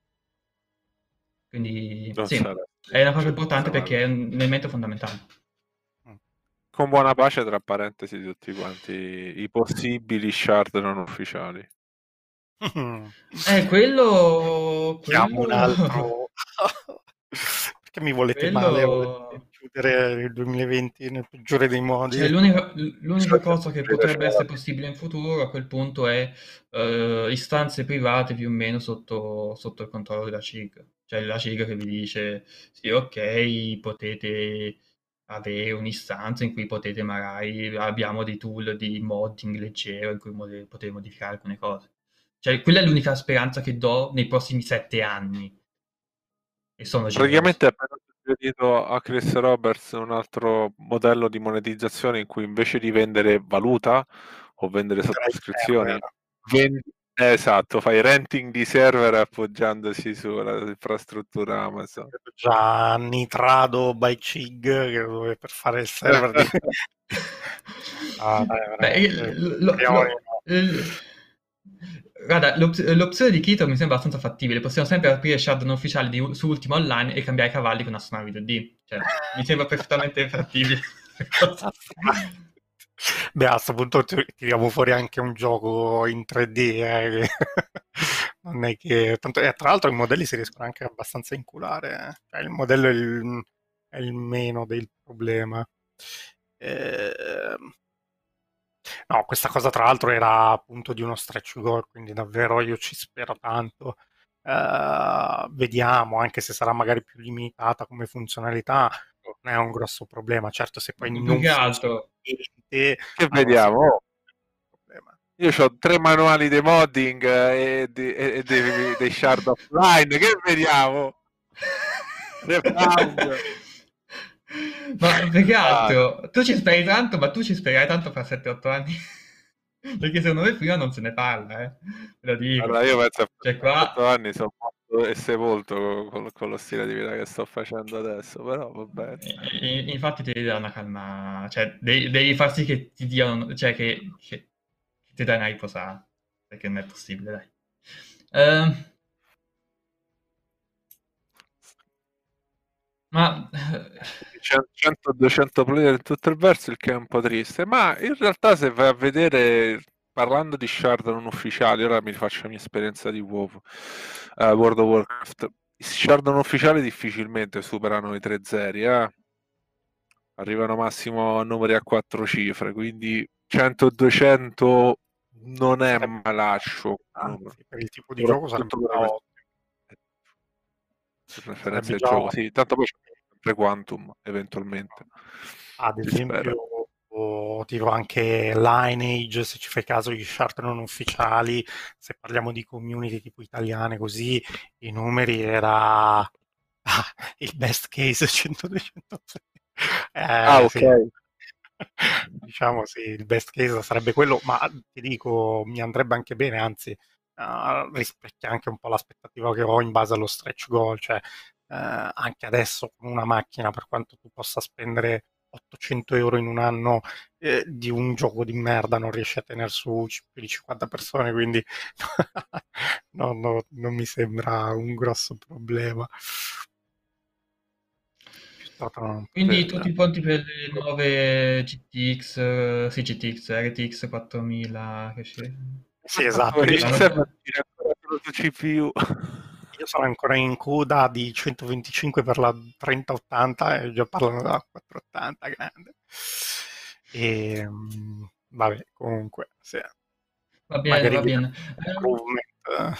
quindi Non sì, sarà. è una cosa Cioè, importante perché è un elemento fondamentale. con buona pace, tra parentesi, tutti quanti i possibili shard non ufficiali. Chiamo un Quello, altro... Perché mi volete male? quello Volete chiudere il 2020 nel peggiore dei modi? Cioè, l'unica cosa che potrebbe essere possibile in futuro a quel punto è istanze private più o meno sotto il controllo della CIG. Cioè la CIG che vi dice, sì, ok, potete avere un'istanza in cui potete magari, abbiamo dei tool di modding leggero in cui potete modificare alcune cose. Cioè, quella è l'unica speranza che do nei prossimi 7 anni. E sono generosi. Praticamente è appena suggerito a Chris Roberts un altro modello di monetizzazione in cui invece di vendere valuta o vendere Chiuderei il sottoscrizioni, server. vendi... esatto, fai renting di server appoggiandosi sulla infrastruttura Amazon. Vedo già Nitrado by Chig dove per fare il server di... Ah, dai, Beh, veramente. Speriamo di no. guarda, l'opzione di Kito mi sembra abbastanza fattibile. Possiamo sempre aprire shard non ufficiali su Ultima Online e cambiare i cavalli con astronavi 2D. Cioè, mi sembra perfettamente fattibile. Beh, a questo punto tiriamo fuori anche un gioco in 3D, che non è che... Tanto, tra l'altro i modelli si riescono anche abbastanza a inculare. Cioè, il modello è il meno del problema. No, questa cosa tra l'altro era appunto di uno stretch goal, quindi davvero io ci spero tanto. Vediamo, anche se sarà magari più limitata come funzionalità, non è un grosso problema. Certo, se poi Più non che funziona altro, niente, Che allora sì, è vediamo? un problema. Io ho 3 manuali di modding dei shard offline, che vediamo? Refound. ma più che Ah, altro, tu ci speri tanto, ma tu ci sperai tanto fra 7-8 anni. Perché secondo me prima non se ne parla, ve lo dico. allora io penso a Cioè qua... 8 anni sono è sepolto con lo stile di vita che sto facendo adesso, però va bene. Infatti devi dare una calma, cioè devi far sì che ti diano, cioè che ti dai una riposata, perché non è possibile, dai. Ma 100-200 player in tutto il verso, il che è un po' triste, ma in realtà se vai a vedere, parlando di shard non ufficiali, ora mi faccio la mia esperienza di WoW, World of Warcraft, i shard non ufficiali difficilmente superano i 3 zeri, arrivano massimo a numeri a 4 cifre, quindi 100-200 non è Sarebbe, malaccio come numero, anzi, per il tipo di gioco sarebbe soprattutto già ottimo. per referenza Sarebbe del già gioco, ottimo. sì, tanto poi c'è sempre Quantum, eventualmente, Ad si spera. esempio, tipo anche Lineage, se ci fai caso, gli shard non ufficiali, se parliamo di community tipo italiane così, i numeri era il best case 100-200. Ok. Sì. Diciamo sì, il best case sarebbe quello, ma ti dico, mi andrebbe anche bene, anzi, rispecchia anche un po' l'aspettativa che ho in base allo stretch goal, cioè anche adesso con una macchina, per quanto tu possa spendere 800 euro in un anno di un gioco di merda, non riesci a tenere su più di 50 persone, quindi non mi sembra un grosso problema. Piuttosto no. quindi tutti pronti per le nuove GTX, sì, GTX, RTX 4000, che Sì, esatto, Ci l'hanno serve già... a girare ancora solo su CPU. io sono ancora in coda di 125 per la 3080 e già parlano della 480 grande. E vabbè, comunque, sì, Va bene, magari va viene bene. un improvement.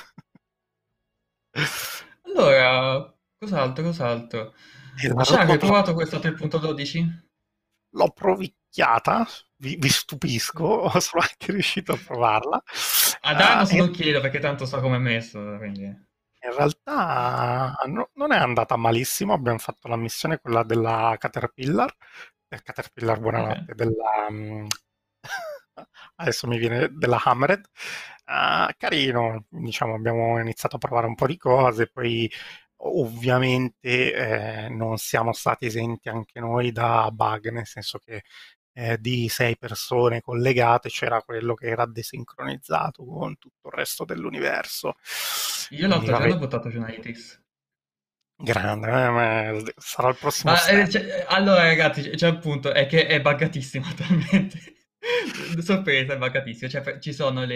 Allora, cos'altro, cos'altro? E la Shark, hai roadmap provato questa 3.12? l'ho provicchiata, vi stupisco, sono anche riuscito a provarla. Ad Arnos E non chiedo perché tanto so come è messo, quindi... in realtà non è andata malissimo, abbiamo fatto la missione, quella della Caterpillar, Caterpillar, Ok. buonanotte, della... adesso mi viene della Hammered. Carino, diciamo, abbiamo iniziato a provare un po' di cose, poi ovviamente non siamo stati esenti anche noi da bug, nel senso che di 6 persone collegate c'era quello che era desincronizzato con tutto il resto dell'universo. Io Quindi l'altro vabbè, giorno ho buttato giù una Itis. grande, ma sarà il prossimo Ma step. allora, ragazzi, c'è un punto, è che è buggatissimo attualmente. Sorpresa, è buggatissimo. Cioè, ci sono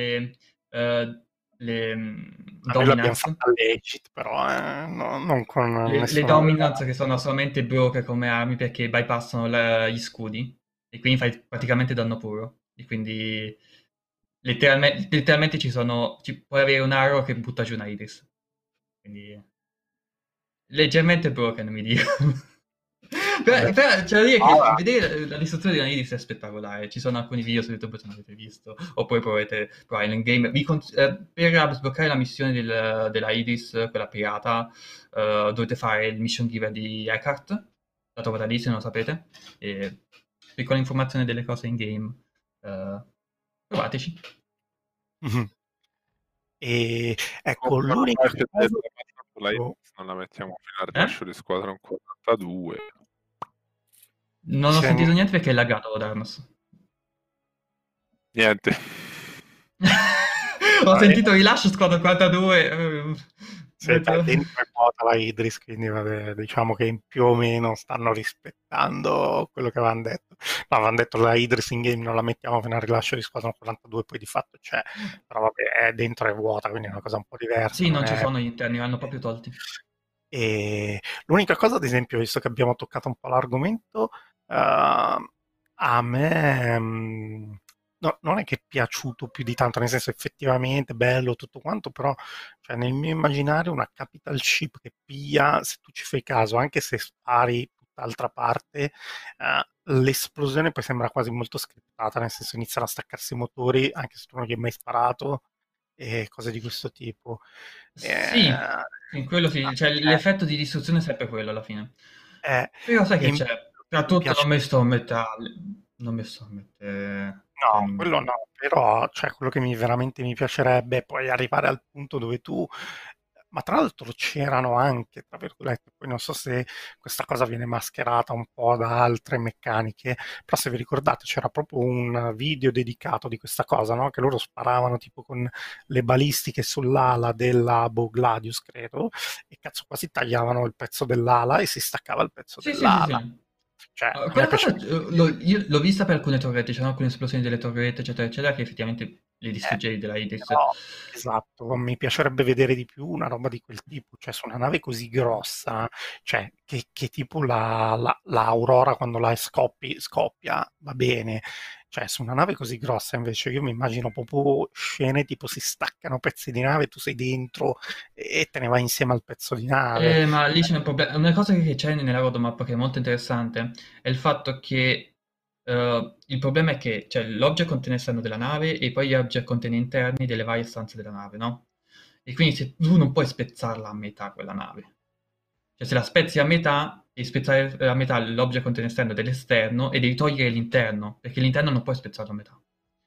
le A noi l'abbiamo dominance. fatta legit, però non con Le nessuna... dominance che sono solamente broke come armi perché bypassano gli scudi e quindi fai praticamente danno puro. E quindi letteralmente puoi avere un arrow che butta giù una Iris. Quindi leggermente broken, mi dicono. Vabbè. Però c'è da dire che Ah, vedere la distruzione di una Iris è spettacolare. Ci sono alcuni video su YouTube se non avete visto, oppure provate provare in game. Per sbloccare la missione della Iris, quella pirata, dovete fare il mission giver di Eckhart. La trovate lì se non lo sapete. E piccola informazione delle cose in game. Eh, provateci. mhm. E ecco, Comunque non l'unica lascia cosa... la X, non la mettiamo fino al Eh? rilascio di Squadron 42. Non ho sentito niente perché è laggato Darnos. Niente. Ho sentito rilascio squadra 42. Sì, beh, Detto- dentro è vuota la Idris, quindi vabbè, diciamo che più o meno stanno rispettando quello che avevano detto. No, avevano detto la Idris in game non la mettiamo fino al rilascio di Squadron 42, poi di fatto c'è, però vabbè, dentro è vuota, quindi è una cosa un po' diversa, Sì, non non ci è... sono gli interni, li hanno proprio tolti. E l'unica cosa, ad esempio, visto che abbiamo toccato un po' l'argomento, a me non è che è piaciuto più di tanto, nel senso effettivamente bello tutto quanto, però cioè, nel mio immaginario una capital ship che piglia, se tu ci fai caso, anche se spari tutt'altra parte, l'esplosione poi sembra quasi molto scriptata, nel senso iniziano a staccarsi i motori, anche se tu non gli hai mai sparato, e cose di questo tipo. Sì, Eh, sì, quello sì, cioè l'effetto di distruzione è sempre quello alla fine. eh, Però sai che in- c'è? Tra mi tutto piace, non mi sto a mettere... cioè, no, quello no, però cioè, quello che veramente mi piacerebbe è poi arrivare al punto dove tu ma tra l'altro c'erano anche, tra virgolette, poi non so se questa cosa viene mascherata un po' da altre meccaniche, però se vi ricordate c'era proprio un video dedicato di questa cosa, no? Che loro sparavano tipo con le balistiche sull'ala della Gladius, credo, e cazzo quasi tagliavano il pezzo dell'ala e si staccava il pezzo Sì, sì, sì, dell'ala. sì. Cioè, a me Quella cosa piace. io l'ho vista per alcune torrette, c'erano alcune esplosioni delle torrette, eccetera, eccetera, che effettivamente le distruggevi della Idris. Però, esatto, mi piacerebbe vedere di più una roba di quel tipo, cioè su una nave così grossa, cioè che tipo la Aurora quando la scoppia, va bene, cioè su una nave così grossa invece io mi immagino proprio scene tipo si staccano pezzi di nave, tu sei dentro e te ne vai insieme al pezzo di nave. Ma lì c'è un problema. Una cosa che c'è nella roadmap che è molto interessante è il fatto che il problema è che c'è l'object content esterno della nave e poi gli object content interni delle varie stanze della nave, no? E quindi se tu non puoi spezzarla a metà quella nave. Cioè se la spezzi a metà, devi spezzare a metà l'object content esterno dell'esterno e devi togliere l'interno, perché l'interno non puoi spezzarlo a metà.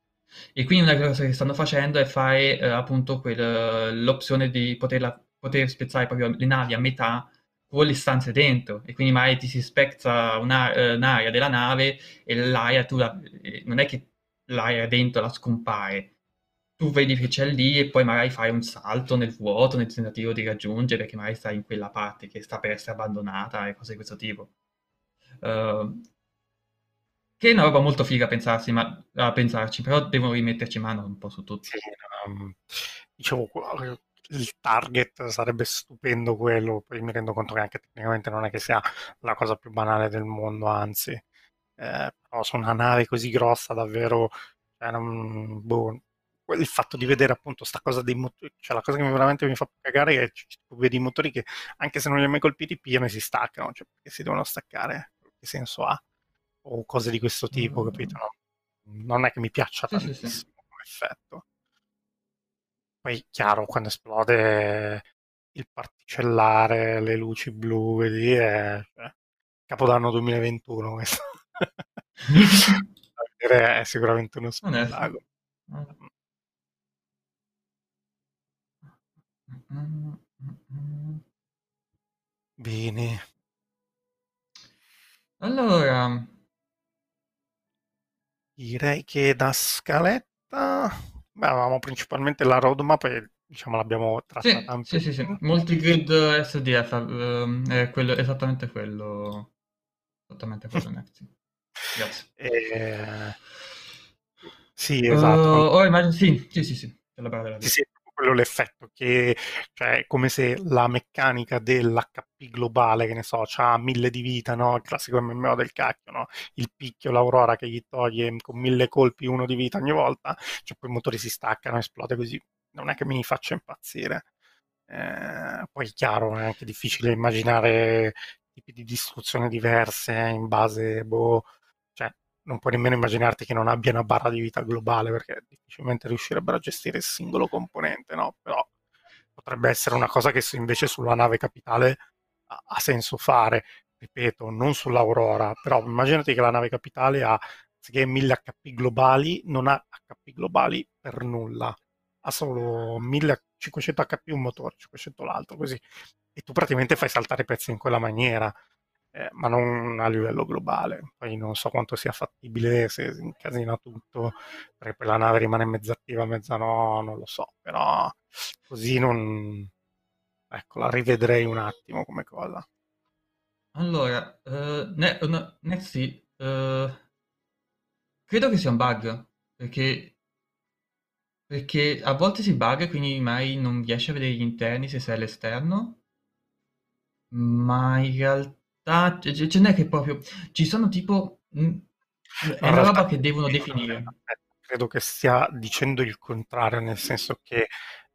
E quindi una cosa che stanno facendo è fare appunto l'opzione di poter spezzare proprio le navi a metà con le stanze dentro. E quindi magari ti si spezza un'area della nave e l'aria non è che l'aria dentro la scompare. Tu vedi che c'è lì e poi magari fai un salto nel vuoto nel tentativo di raggiungere, perché magari stai in quella parte che sta per essere abbandonata e cose di questo tipo. Uh, che è una roba molto figa a pensarci, però devono rimetterci mano un po' su tutto. Sì, ehm, dicevo, il target sarebbe stupendo quello, poi mi rendo conto che anche tecnicamente non è che sia la cosa più banale del mondo, anzi, però su una nave così grossa davvero, cioè, boh, il fatto di vedere appunto sta cosa dei motori, cioè la cosa che veramente mi fa cagare è che tu vedi i motori che anche se non li hai mai colpiti pigliano e si staccano, cioè perché si devono staccare, che senso ha? O cose di questo tipo, capito? Mm, No? Non è che mi piaccia sì, sì, sì. tantissimo come effetto. Poi, chiaro, quando esplode il particellare, le luci blu, vedi, è cioè, Capodanno 2021 questo. Da vedere è sicuramente uno Onesto. spettacolo. Bene, Allora, direi che da scaletta, beh, avevamo principalmente la roadmap e diciamo l'abbiamo trattata sì, sì, sì, sì. ampiamente. Multigrid SDF, è esattamente quello, Nexi. Grazie. Sì, esatto. Ora immagino, sì, sì, sì, sì, c'è la barra della Sì, vita. sì, è proprio quello l'effetto che, cioè, è come se la meccanica dell'HP globale, che ne so, c'ha 1000 di vita, no? Il classico MMO del cacchio, no? Il picchio, l'Aurora che gli toglie con 1000 colpi uno di vita ogni volta, cioè poi i motori si staccano, esplode così. Non è che mi faccia impazzire. Poi è chiaro, è anche difficile immaginare tipi di distruzione diverse in base, boh, cioè non puoi nemmeno immaginarti che non abbia una barra di vita globale perché difficilmente riuscirebbero a gestire il singolo componente, no? Però potrebbe essere una cosa che invece sulla nave capitale ha senso fare, ripeto, non sull'Aurora, però immaginati che la nave capitale ha, anziché 1000 HP globali, non ha HP globali per nulla, ha solo 1500 HP un motore, 500 l'altro, così. E tu praticamente fai saltare i pezzi in quella maniera, ma non a livello globale. Poi non so quanto sia fattibile se si incasina tutto, perché poi la nave rimane mezza attiva, mezza no, non lo so, però così non. Ecco, la rivedrei un attimo come cosa. Allora, Nexi, credo che sia un bug, perché a volte si bugga e quindi mai non riesci a vedere gli interni se sei all'esterno, ma in realtà non è che proprio ci sono tipo No, è in una realtà roba che devono definire. credo che stia dicendo il contrario, nel senso che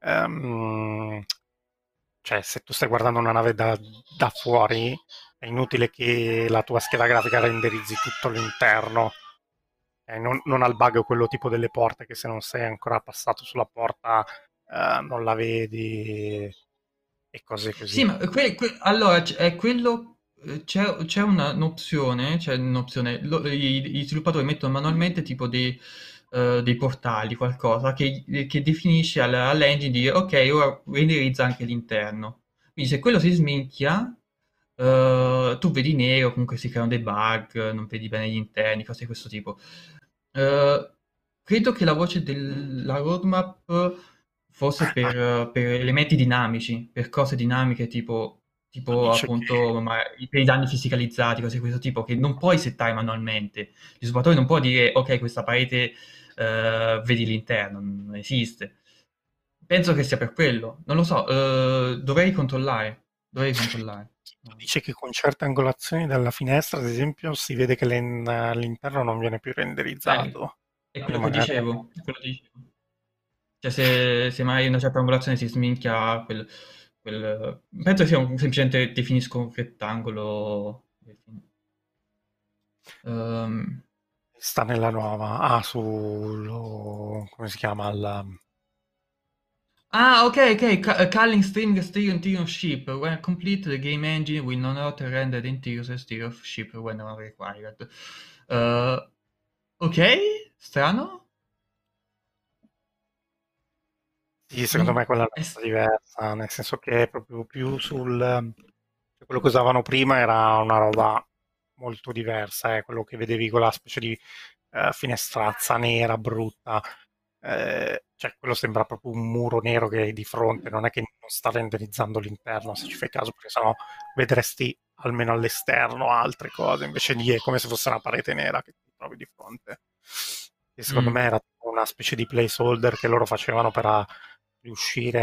cioè, se tu stai guardando una nave da fuori, è inutile che la tua scheda grafica renderizzi tutto l'interno. Non ha il bug quello tipo delle porte che se non sei ancora passato sulla porta non la vedi e cose Sì, così. ma allora è quello. C'è un'opzione, gli sviluppatori mettono manualmente tipo dei portali, qualcosa che definisce all'engine di dire ok, ora renderizza anche l'interno. Quindi se quello si sminchia, tu vedi nero, comunque si creano dei bug, non vedi bene gli interni, cose di questo tipo. Eh, Credo che la voce della roadmap fosse per elementi dinamici, per cose dinamiche tipo Dice che appunto per i danni fisicalizzati, cose di questo tipo, che non puoi settare manualmente. Il sviluppatore non può dire ok, questa parete vedi l'interno, non esiste. Penso che sia per quello, non lo so, dovrei controllare, dovrei controllare. dice che con certe angolazioni della finestra, ad esempio, si vede che l'interno non viene più Eh, renderizzato. è Quindi quello che magari dicevo, è quello che dicevo. Cioè, se mai una certa angolazione si sminchia penso sia semplicemente definisco un rettangolo. Ehm, sta nella nuova. Ah, come si chiama? ok, ok. Culling string exterior interior ship. When complete, the game engine will not render the interior exterior of ship when not required. Eh, ok, strano. Sì, secondo Non- me quella è una è cosa diversa, nel senso che è proprio più cioè, quello che usavano prima era una roba molto diversa, quello che vedevi quella specie di finestrazza nera, brutta, cioè quello sembra proprio un muro nero che hai di fronte, non è che non sta renderizzando l'interno, se ci fai caso, perché sennò vedresti almeno all'esterno altre cose, invece lì è come se fosse una parete nera che ti trovi di fronte. E secondo me mm, era tipo una specie di placeholder che loro facevano per riuscire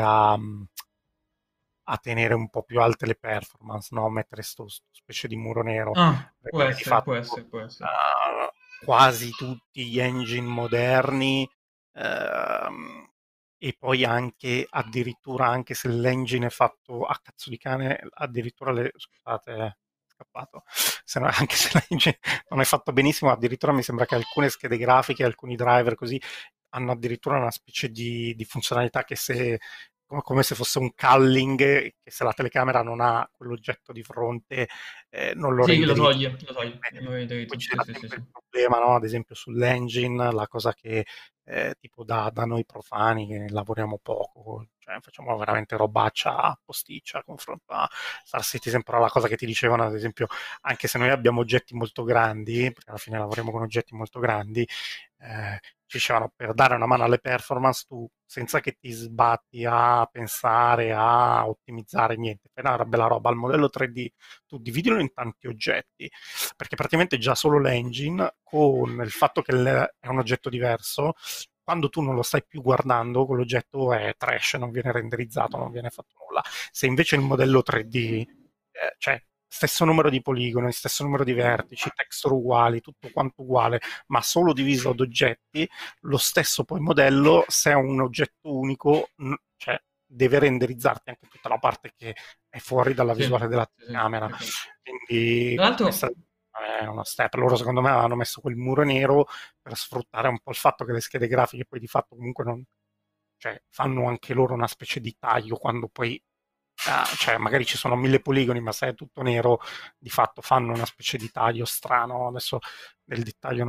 a tenere un po' più alte le performance, no? Mettere sto specie di muro nero, ah, può perché di essere, fatto può essere, può essere. quasi tutti gli engine moderni ehm, e poi anche addirittura anche se l'engine è fatto a cazzo di cane, addirittura scusate, è scappato, anche se l'engine non è fatto benissimo, addirittura mi sembra che alcune schede grafiche, alcuni driver così hanno addirittura una specie di funzionalità che se come se fosse un culling, che se la telecamera non ha quell'oggetto di fronte non lo Sì, renderizza. lo toglie, lo Poi renderizzo. Sì, c'era sì, sì, sempre sì. il problema, no? Ad esempio sull'engine, la cosa che tipo da noi profani che lavoriamo poco, cioè facciamo veramente robaccia posticcia a confronto a Star Citizen, però la cosa che ti dicevano, ad esempio, anche se noi abbiamo oggetti molto grandi, perché alla fine lavoriamo con oggetti molto grandi, ci dicevano per dare una mano alle performance tu senza che ti sbatti a pensare a ottimizzare niente, fai una bella roba al modello 3D, tu dividilo in tanti oggetti, perché praticamente già solo l'engine con il fatto che è un oggetto diverso, quando tu non lo stai più guardando, quell'oggetto è trash, non viene renderizzato, non viene fatto nulla. Se invece il modello 3D, cioè stesso numero di poligoni, stesso numero di vertici, texture uguali, tutto quanto uguale, ma solo diviso ad oggetti, lo stesso poi modello, se è un oggetto unico, cioè deve renderizzarti anche tutta la parte che è fuori dalla Sì, visuale della sì, sì, telecamera. sì. Quindi Tra questa l'altro, è una step. Loro secondo me hanno messo quel muro nero per sfruttare un po' il fatto che le schede grafiche poi di fatto comunque non, cioè, fanno anche loro una specie di taglio quando poi cioè magari ci sono 1000 poligoni ma se è tutto nero di fatto fanno una specie di taglio strano. Adesso nel dettaglio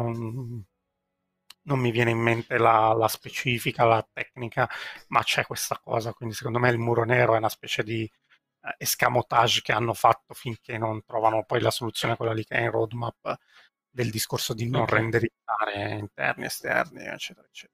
non mi viene in mente la specifica, la tecnica, ma c'è questa cosa, quindi secondo me il muro nero è una specie di escamotage che hanno fatto finché non trovano poi la soluzione, quella lì che è in roadmap, del discorso di non ok. renderizzare interni, esterni, eccetera, eccetera.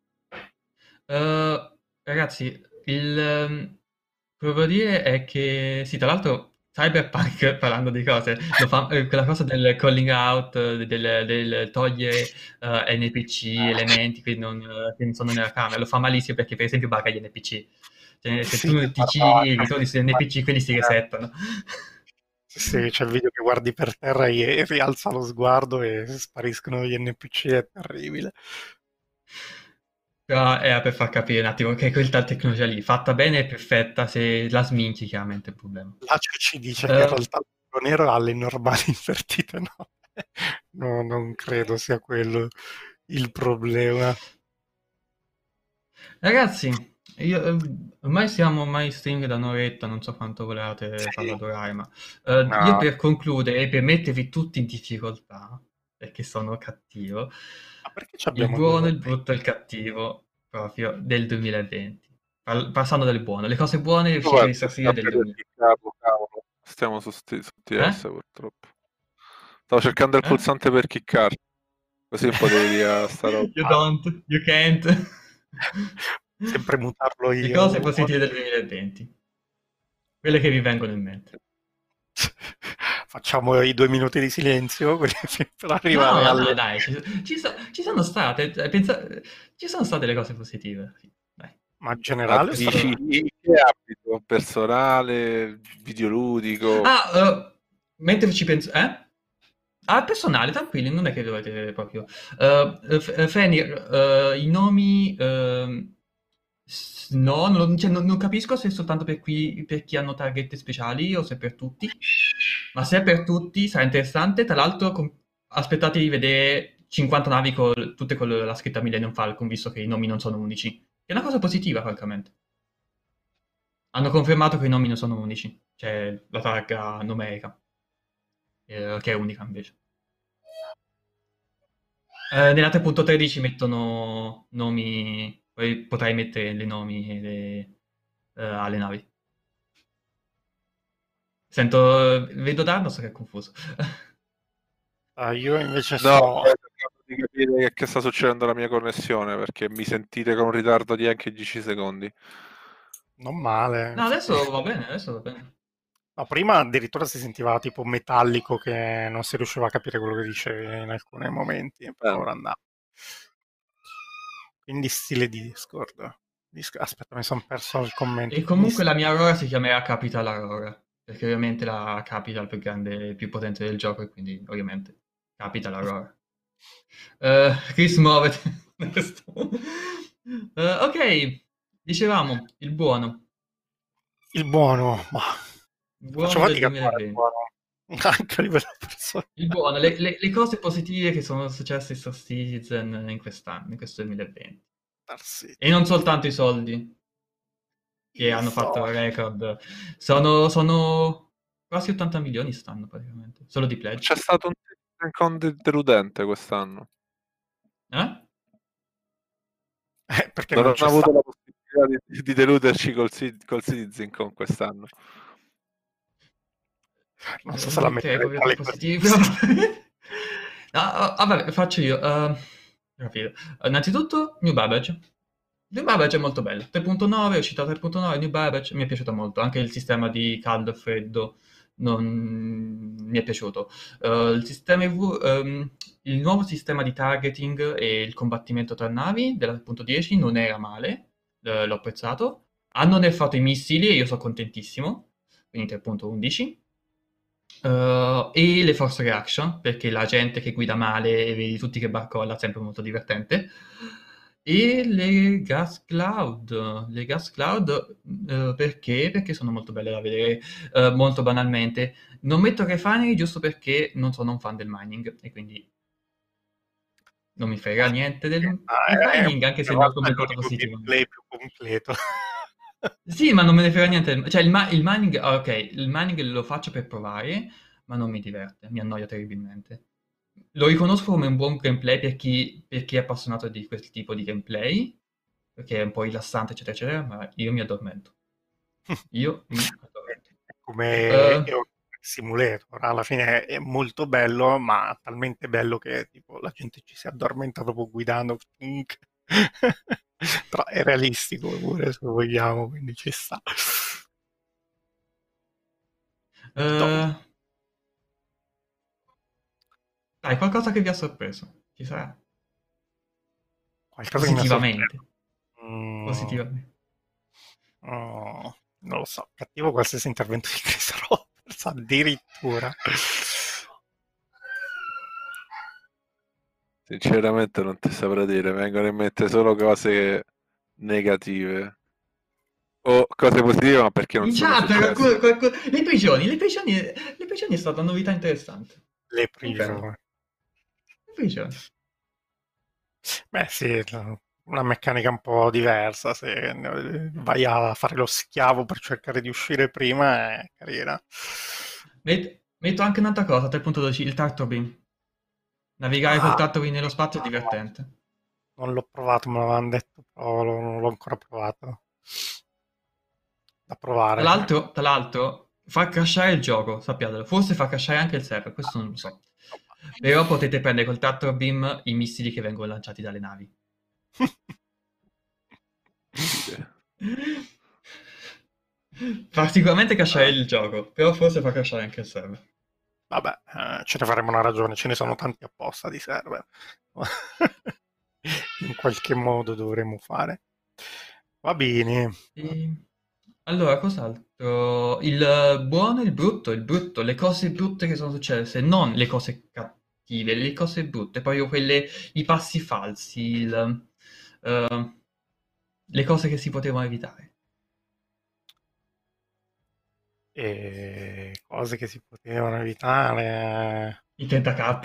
Ragazzi, quello che volevo dire è che, sì, tra l'altro, Cyberpunk, parlando di cose, quella cosa del calling out, del togliere NPC, elementi che non sono nella camera, lo fa malissimo perché, per esempio, bugga gli NPC. Cioè, se Sì, tu ti guarda, giri e ritorni sugli NPC, quelli si resettano. sì, c'è il video che guardi per terra e rialza lo sguardo e spariscono gli NPC, è terribile. Però era per far capire un attimo che quella tecnologia lì, fatta bene e perfetta, se la sminchi chiaramente è un problema. L'ACE ci dice che in Eh, realtà il buco nero ha le normali invertite, no? No, non credo sia quello il problema. Ragazzi, ormai siamo ormai string da un'oretta, non so quanto volevate farla Sì, durare, ma io no. per concludere e per mettervi tutti in difficoltà, perché sono cattivo, Perché ci Il abbiamo due buono, il vorrei? brutto e il cattivo proprio del 2020. Passando dal buono, le cose buone Io uscite di penso Star sempre del per 2000. chiccarlo, cavolo. Stiamo su Eh? TS purtroppo. Stavo cercando il Eh? pulsante per chiccarlo, così un po' devi dire a sta roba. You don't, you can't. Sempre mutarlo Le io. cose positive del 2020, quelle che vi vengono in mente. Facciamo i 2 minuti di silenzio per arrivare No, alle... dai, ci sono state, ci sono state le cose positive. Sì, dai. Ma in Ma generale è stato... dici in che ambito? Personale, videoludico? Ah, mentre ci penso, eh? Ah, personale, tranquilli, non è che dovete proprio. Fenir, i nomi. No, cioè, non capisco se è soltanto per chi hanno targhette speciali o se è per tutti. Ma se è per tutti sarà interessante. Tra l'altro, aspettate di vedere 50 navi tutte con la scritta Millennium Falcon, visto che i nomi non sono unici. È una cosa positiva, francamente. Hanno confermato che i nomi non sono unici. C'è la targa numerica, che è unica invece. Nella 3.13 mettono nomi, poi potrai mettere i nomi alle navi. Vedo Darnos che è confuso. Io invece No, sto... cercando di capire che sta succedendo alla mia connessione, perché mi sentite con un ritardo di anche 10 secondi. Non male, No, infatti. adesso va bene, adesso va bene. No, prima addirittura si sentiva tipo metallico che non si riusciva a capire quello che dicevi in alcuni momenti, però Bene. ora andava. Quindi stile di Discord. Aspetta, mi sono perso il commento. E comunque la mia Aurora si chiamerà Capital Aurora, perché ovviamente la Capital più grande e più potente del gioco, e quindi ovviamente Capital Aurora. Chris, muovete. Ok, dicevamo, il buono. Il buono, ma Il faccio buono del fatica a trovare il 2020. buono, anche a livello personale. Il buono, le cose positive che sono successe in Star Citizen in quest'anno, in questo 2020. Star City. E non soltanto i soldi che I hanno fatto il soldi. record. Sono quasi 80 milioni stanno praticamente, solo di pledge. C'è stato un con deludente quest'anno. Eh? Perché Non non ho c'è avuto stato. la possibilità di deluderci col Citizen quest'anno. Non so se la Tre metterei tra proprio le cose positivi. positive. Vabbè, faccio io. Rapido. Innanzitutto, New Babbage. New Babbage è molto bello. 3.9, è uscita 3.9, New Babbage, mi è piaciuta molto. Anche il sistema di caldo e freddo mi è piaciuto. Il sistema il nuovo sistema di targeting e il combattimento tra navi della 3.10 non era male, l'ho apprezzato. Hanno nerfato i missili e io sono contentissimo, quindi 3.11. E le force reaction, perché la gente che guida male e vedi tutti che barcolla è sempre molto divertente. E le gas cloud perché? Perché sono molto belle da vedere, molto banalmente. Non metto refinery giusto perché non sono un fan del mining e quindi non mi frega niente del mining, anche In se ne ho realtà è commentato l'unico positivamente. gameplay più completo. Sì, ma non me ne frega niente. Cioè, il mining, ok, il mining lo faccio per provare, ma non mi diverte, mi annoia terribilmente. Lo riconosco come un buon gameplay per chi è appassionato di quel tipo di gameplay, perché è un po' rilassante, eccetera, eccetera, ma io mi addormento. Io mi addormento. È come Eh, Euro Truck Simulator, alla fine è molto bello, ma talmente bello che tipo, la gente ci si addormenta proprio guidando. Però è realistico pure se vogliamo, quindi ci sta. Dom, eh, dai, qualcosa che vi ha sorpreso. Ci sarà? qualcosa che mi ha sorpreso. Positivamente. Mm, Positivamente. non lo so, cattivo qualsiasi intervento di Chris Roberts, addirittura. Sinceramente non ti saprei dire, vengono in mente solo cose negative o cose positive, ma perché non In sono chat, successe. le prigioni è stata una novità interessante. Le Confermo. prigioni. Le prigioni. Beh, sì, una meccanica un po' diversa. Se vai a fare lo schiavo per cercare di uscire prima, è carina. Metto anche un'altra cosa, 3.12, il Tartar Beam. Navigare col Tatooine nello spazio è divertente. Non l'ho provato, me l'avevano detto, però non l'ho ancora provato. Da provare. Tra l'altro, fa crashare il gioco, sappiatelo. Forse fa crashare anche il server, questo non lo so. Però potete prendere col Tractor Beam i missili che vengono lanciati dalle navi. Fa sicuramente crashare il gioco, però forse fa crashare anche il server. Vabbè, ce ne faremo una ragione, ce ne sono tanti apposta di server. In qualche modo dovremo fare. Va bene. E... Allora, cos'altro? Il buono e il brutto, le cose brutte che sono successe, non le cose cattive, le cose brutte, proprio quelle, i passi falsi, eh, le cose che si potevano evitare. E cose che si potevano evitare. I 30k.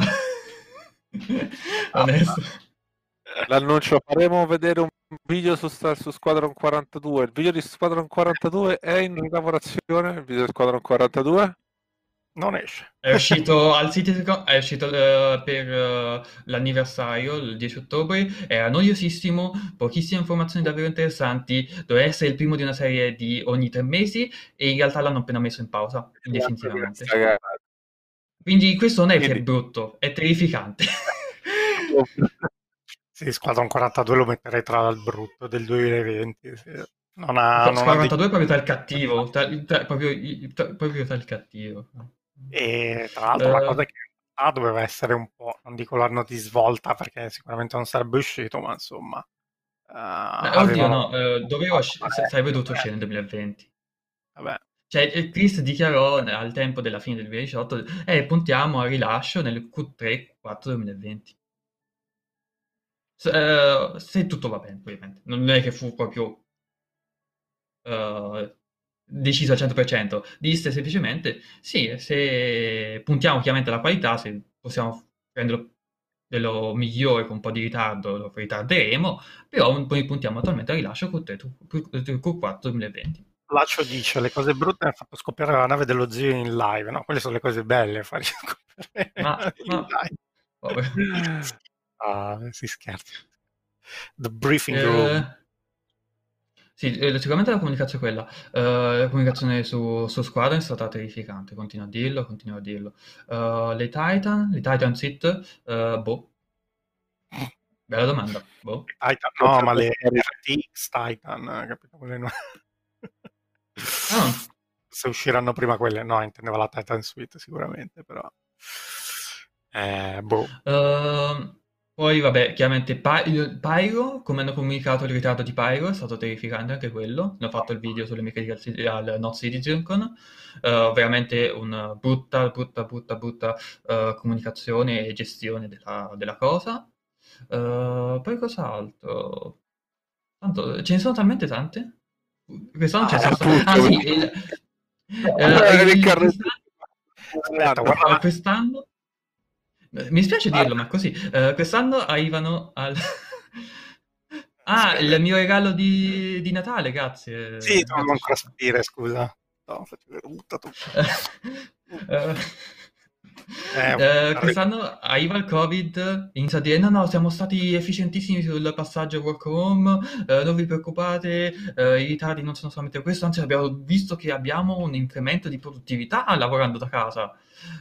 Onesto. L'annuncio, faremo vedere un video su Squadron 42. Il video di Squadron 42 è in lavorazione, il video di Squadron 42? Non esce. È uscito al Citycon, è uscito per l'anniversario, il 10 ottobre, era noiosissimo, pochissime informazioni davvero interessanti, doveva essere il primo di una serie di ogni 3 mesi e in realtà l'hanno appena messo in pausa, definitivamente. Quindi questo non è che è brutto, è terrificante. Sì, Squadron 42 lo metterei tra il brutto del 2020. Sì. Non ha Squadra 42 è deciso. proprio tra il cattivo, proprio tra il cattivo. E tra l'altro la cosa è che doveva essere un po', non dico l'anno di svolta perché sicuramente non sarebbe uscito, ma insomma, Oddio, avevano... no, sarebbe dovuto uscire nel 2020. Vabbè, Cioè, Chris dichiarò al tempo della fine del 2018, puntiamo al rilascio nel Q3-Q4 2020. Se tutto va bene, ovviamente. Non è che fu proprio deciso al 100%. Disse semplicemente, sì, se puntiamo chiaramente alla qualità, se possiamo renderlo dello migliore con un po' di ritardo, lo ritarderemo, però poi puntiamo attualmente al rilascio Q4 2020. Lacio dice, le cose brutte hanno fatto scoppiare la nave dello zio in live, no? Quelle sono le cose belle, fare scoppiare Ma, in live. Si scherza. The briefing room. Sì, sicuramente la comunicazione è quella. La comunicazione su Squadron è stata terrificante, continuo a dirlo, continuo a dirlo. Le Titan Sit, boh, bella domanda, boh. Titan, no, ma le RTX Titan, capito? Ah, Se usciranno prima quelle, no, intendeva la Titan Suite sicuramente, però... boh. poi vabbè, chiaramente Pyro, come hanno comunicato il ritardo di Pyro, è stato terrificante anche quello. Ne ho fatto il video sulle meccaniche al Not Citizen. Veramente una brutta comunicazione e gestione della cosa. Poi cos'altro? Tanto, ce ne sono talmente tante. Quest'anno ce ne sono state. Ah sì, Aspetta, guarda. quest'anno. Mi spiace dirlo, ma è così. Quest'anno arrivano al... Ah, il mio regalo di Natale, grazie. Sì, devo Grazie, ancora Sciocca. spire, scusa. No, faccio vedere, butta tu. Quest'anno arriva il Covid, inizia a dire no, siamo stati efficientissimi sul passaggio work home, non vi preoccupate, i ritardi non sono solamente questo, anzi abbiamo visto che abbiamo un incremento di produttività lavorando da casa.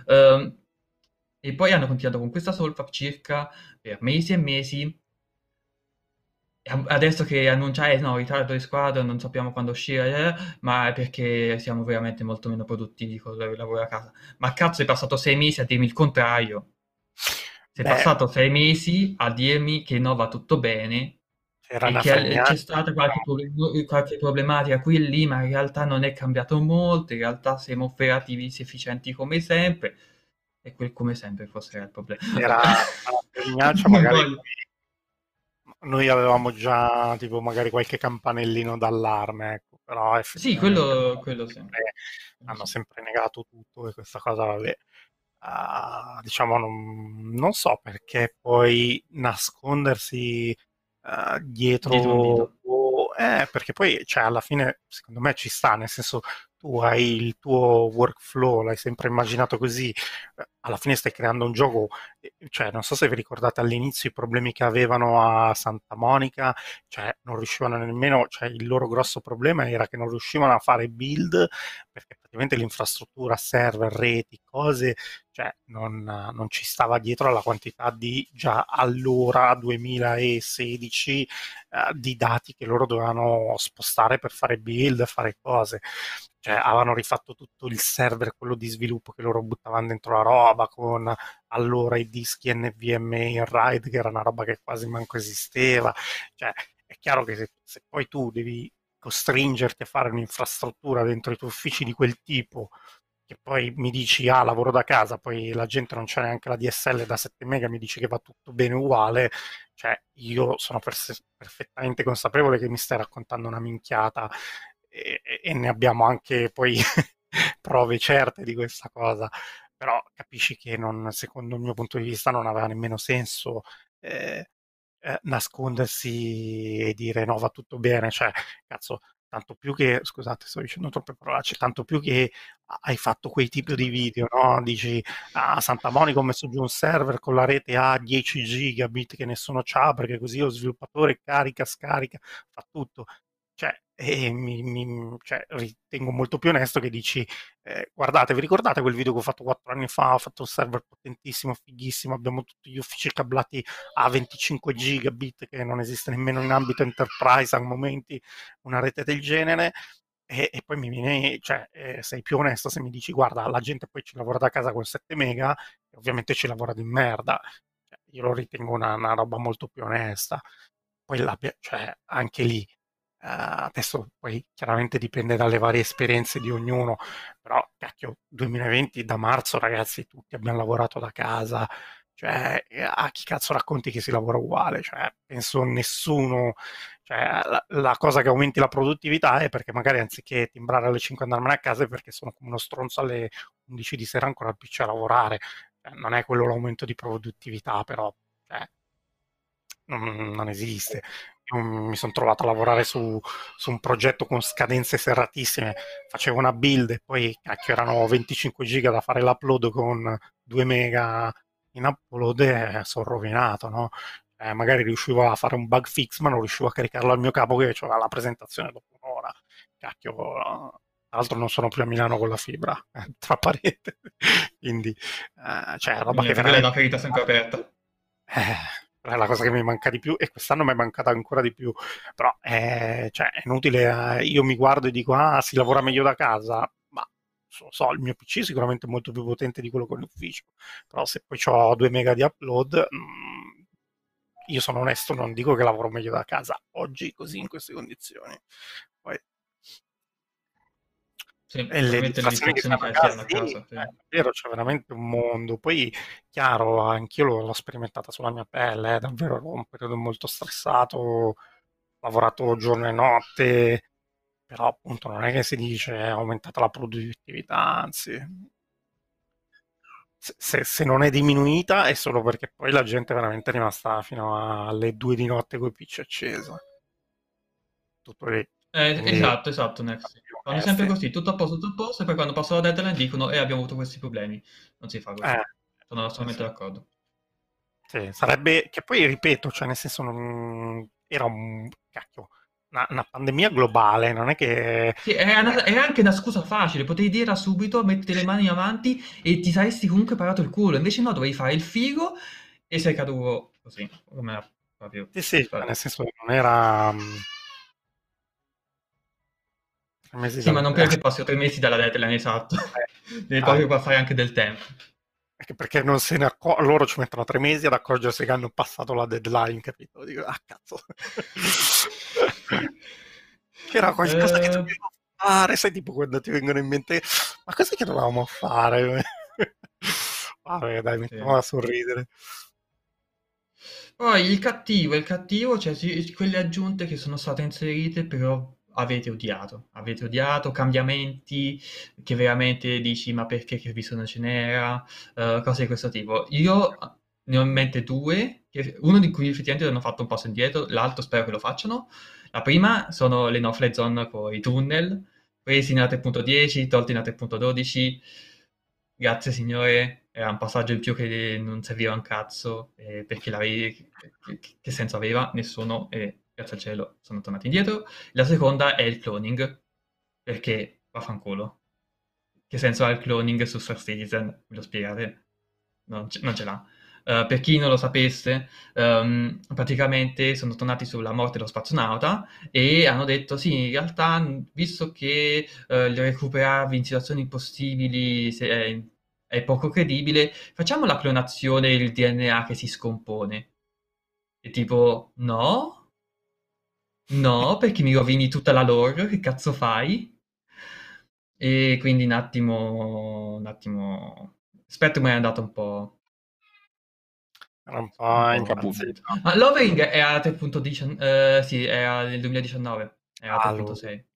E poi hanno continuato con questa solfa circa per mesi e mesi. Adesso che annunciare no, ritardo di squadra, non sappiamo quando uscire, ma è perché siamo veramente molto meno produttivi con il lavoro a casa. Ma cazzo, è passato 6 mesi a dirmi il contrario. Sei passato 6 mesi a dirmi che no, va tutto bene era e una che c'è fregnata. stata qualche problematica qui e lì, ma in realtà non è cambiato molto, in realtà siamo operativi efficienti come sempre, e quel come sempre forse era il problema. Era una fregnaccia, Non magari voglio. noi avevamo già tipo magari qualche campanellino d'allarme, ecco, però Sì, effettivamente quello sì. hanno sempre negato tutto e questa cosa, vabbè, diciamo, non so perché poi nascondersi Dietro un dietro, dito. perché poi, cioè, alla fine, secondo me ci sta, nel senso, tu hai il tuo workflow, l'hai sempre immaginato così, alla fine stai creando un gioco cioè, non so se vi ricordate all'inizio i problemi che avevano a Santa Monica, cioè non riuscivano nemmeno, cioè il loro grosso problema era che non riuscivano a fare build perché praticamente l'infrastruttura, server, reti, cose, cioè non ci stava dietro alla quantità di già allora 2016 di dati che loro dovevano spostare per fare build, fare cose. Cioè, avevano rifatto tutto il server, quello di sviluppo che loro buttavano dentro la roba con allora i dischi NVMe in RAID, che era una roba che quasi manco esisteva. Cioè, è chiaro che se poi tu devi costringerti a fare un'infrastruttura dentro i tuoi uffici di quel tipo, che poi mi dici, ah, lavoro da casa, poi la gente non c'è neanche la DSL da 7 mega, mi dici che va tutto bene uguale, cioè io sono perfettamente consapevole che mi stai raccontando una minchiata e ne abbiamo anche poi prove certe di questa cosa, però capisci che secondo il mio punto di vista non aveva nemmeno senso eh, nascondersi e dire no, va tutto bene, cioè, cazzo, tanto più che, scusate, sto dicendo troppe parolacce, tanto più che hai fatto quei tipi di video, no? Dici, a Santa Monica ho messo giù un server con la rete a 10 gigabit che nessuno c'ha, perché così lo sviluppatore carica, scarica, fa tutto. Cioè, cioè, ritengo molto più onesto che dici, guardate, vi ricordate quel video che ho fatto 4 anni fa? Ho fatto un server potentissimo, fighissimo, abbiamo tutti gli uffici cablati a 25 gigabit, che non esiste nemmeno in ambito enterprise al momenti una rete del genere. E poi mi viene, cioè, sei più onesto se mi dici, guarda, la gente poi ci lavora da casa con 7 mega e ovviamente ci lavora di merda. Cioè, io lo ritengo una roba molto più onesta. Poi cioè, anche lì, adesso poi chiaramente dipende dalle varie esperienze di ognuno, però cacchio, 2020 da marzo ragazzi tutti abbiamo lavorato da casa, cioè a chi cazzo racconti che si lavora uguale? Cioè, penso nessuno, cioè, la cosa che aumenti la produttività è perché magari anziché timbrare alle 5 e andarmene a casa è perché sono come uno stronzo alle 11 di sera ancora al PC a lavorare. Cioè, non è quello l'aumento di produttività, però cioè, non esiste. Io mi sono trovato a lavorare su un progetto con scadenze serratissime, facevo una build e poi cacchio, erano 25 giga da fare l'upload con 2 mega in upload e sono rovinato, no? Magari riuscivo a fare un bug fix, ma non riuscivo a caricarlo al mio capo che aveva la presentazione dopo un'ora. Cacchio, tra l'altro non sono più a Milano con la fibra, tra parentesi. Quindi, cioè, roba che Perché lei è una veramente... ferita sempre aperta. È la cosa che mi manca di più e quest'anno mi è mancata ancora di più, però cioè, è inutile, io mi guardo e dico ah si lavora meglio da casa, ma so, il mio PC è sicuramente molto più potente di quello con l'ufficio, però se poi ho 2 mega di upload, io sono onesto, non dico che lavoro meglio da casa oggi così in queste condizioni. Poi, Sì, e le veramente le distrazioni che distrazioni fanno a che si casa, hanno a sì, casa. Sì. è vero, c'è veramente un mondo. Poi, chiaro, anch'io l'ho sperimentata sulla mia pelle, davvero ero un periodo molto stressato, ho lavorato giorno e notte, però appunto non è che si dice è aumentata la produttività, anzi, se non è diminuita è solo perché poi la gente è veramente rimasta fino alle 2 di notte con i PC accesa. Tutto lì. Quindi, Esatto, Next. più Fanno sempre onesti. così, tutto a posto, e poi quando passa la deadline dicono abbiamo avuto questi problemi. Non si fa così. Eh, Sono sì, assolutamente sì. d'accordo. Sì, sarebbe che poi ripeto, cioè nel senso era un cacchio, una pandemia globale, non è che Sì, è anche una scusa facile, potevi dire subito, metti le mani avanti e ti saresti comunque parato il culo. Invece no, dovevi fare il figo e sei caduto così, come proprio. sì, sì, cioè, Cioè, nel senso che non era 3 mesi sì, ma dalla non prima che passino 3 mesi dalla deadline, esatto. Devi ah, proprio passare anche del tempo. anche perché non se ne loro ci mettono 3 mesi ad accorgersi che hanno passato la deadline, capito? Dico, ah cazzo. C'era qualcosa che Eh, dovevo fare, sai tipo quando ti vengono in mente, ma cos'è che dovevamo fare? Vabbè, dai, sì. mettiamola a sorridere. Poi il cattivo, cioè quelle aggiunte che sono state inserite, però avete odiato cambiamenti che veramente dici ma perché che bisogno ce n'era, cose di questo tipo. Io ne ho in mente due, uno di cui effettivamente hanno fatto un passo indietro, l'altro spero che lo facciano. La prima sono le no-fly zone con i tunnel, presi in 3.10, tolti in 3.12. Grazie signore, era un passaggio in più che non serviva un cazzo, perché che senso aveva? Nessuno, e grazie al cielo sono tornati indietro. La seconda è il cloning, perché vaffanculo. Che senso ha il cloning su Star Citizen? Me lo spiegate? Non ce l'ha. Per chi non lo sapesse, praticamente sono tornati sulla morte dello spazionauta e hanno detto sì, in realtà, visto che recuperarvi in situazioni impossibili è poco credibile, facciamo la clonazione e il DNA che si scompone. E tipo, no? No, perché mi rovini tutta la lore, che cazzo fai? E quindi un attimo, Spectrum è andato Era un un po' po' Caput. caput. impazzito. Ma l'Overing è a 3.19, sì, era nel 2019, era a Allora, 3.6.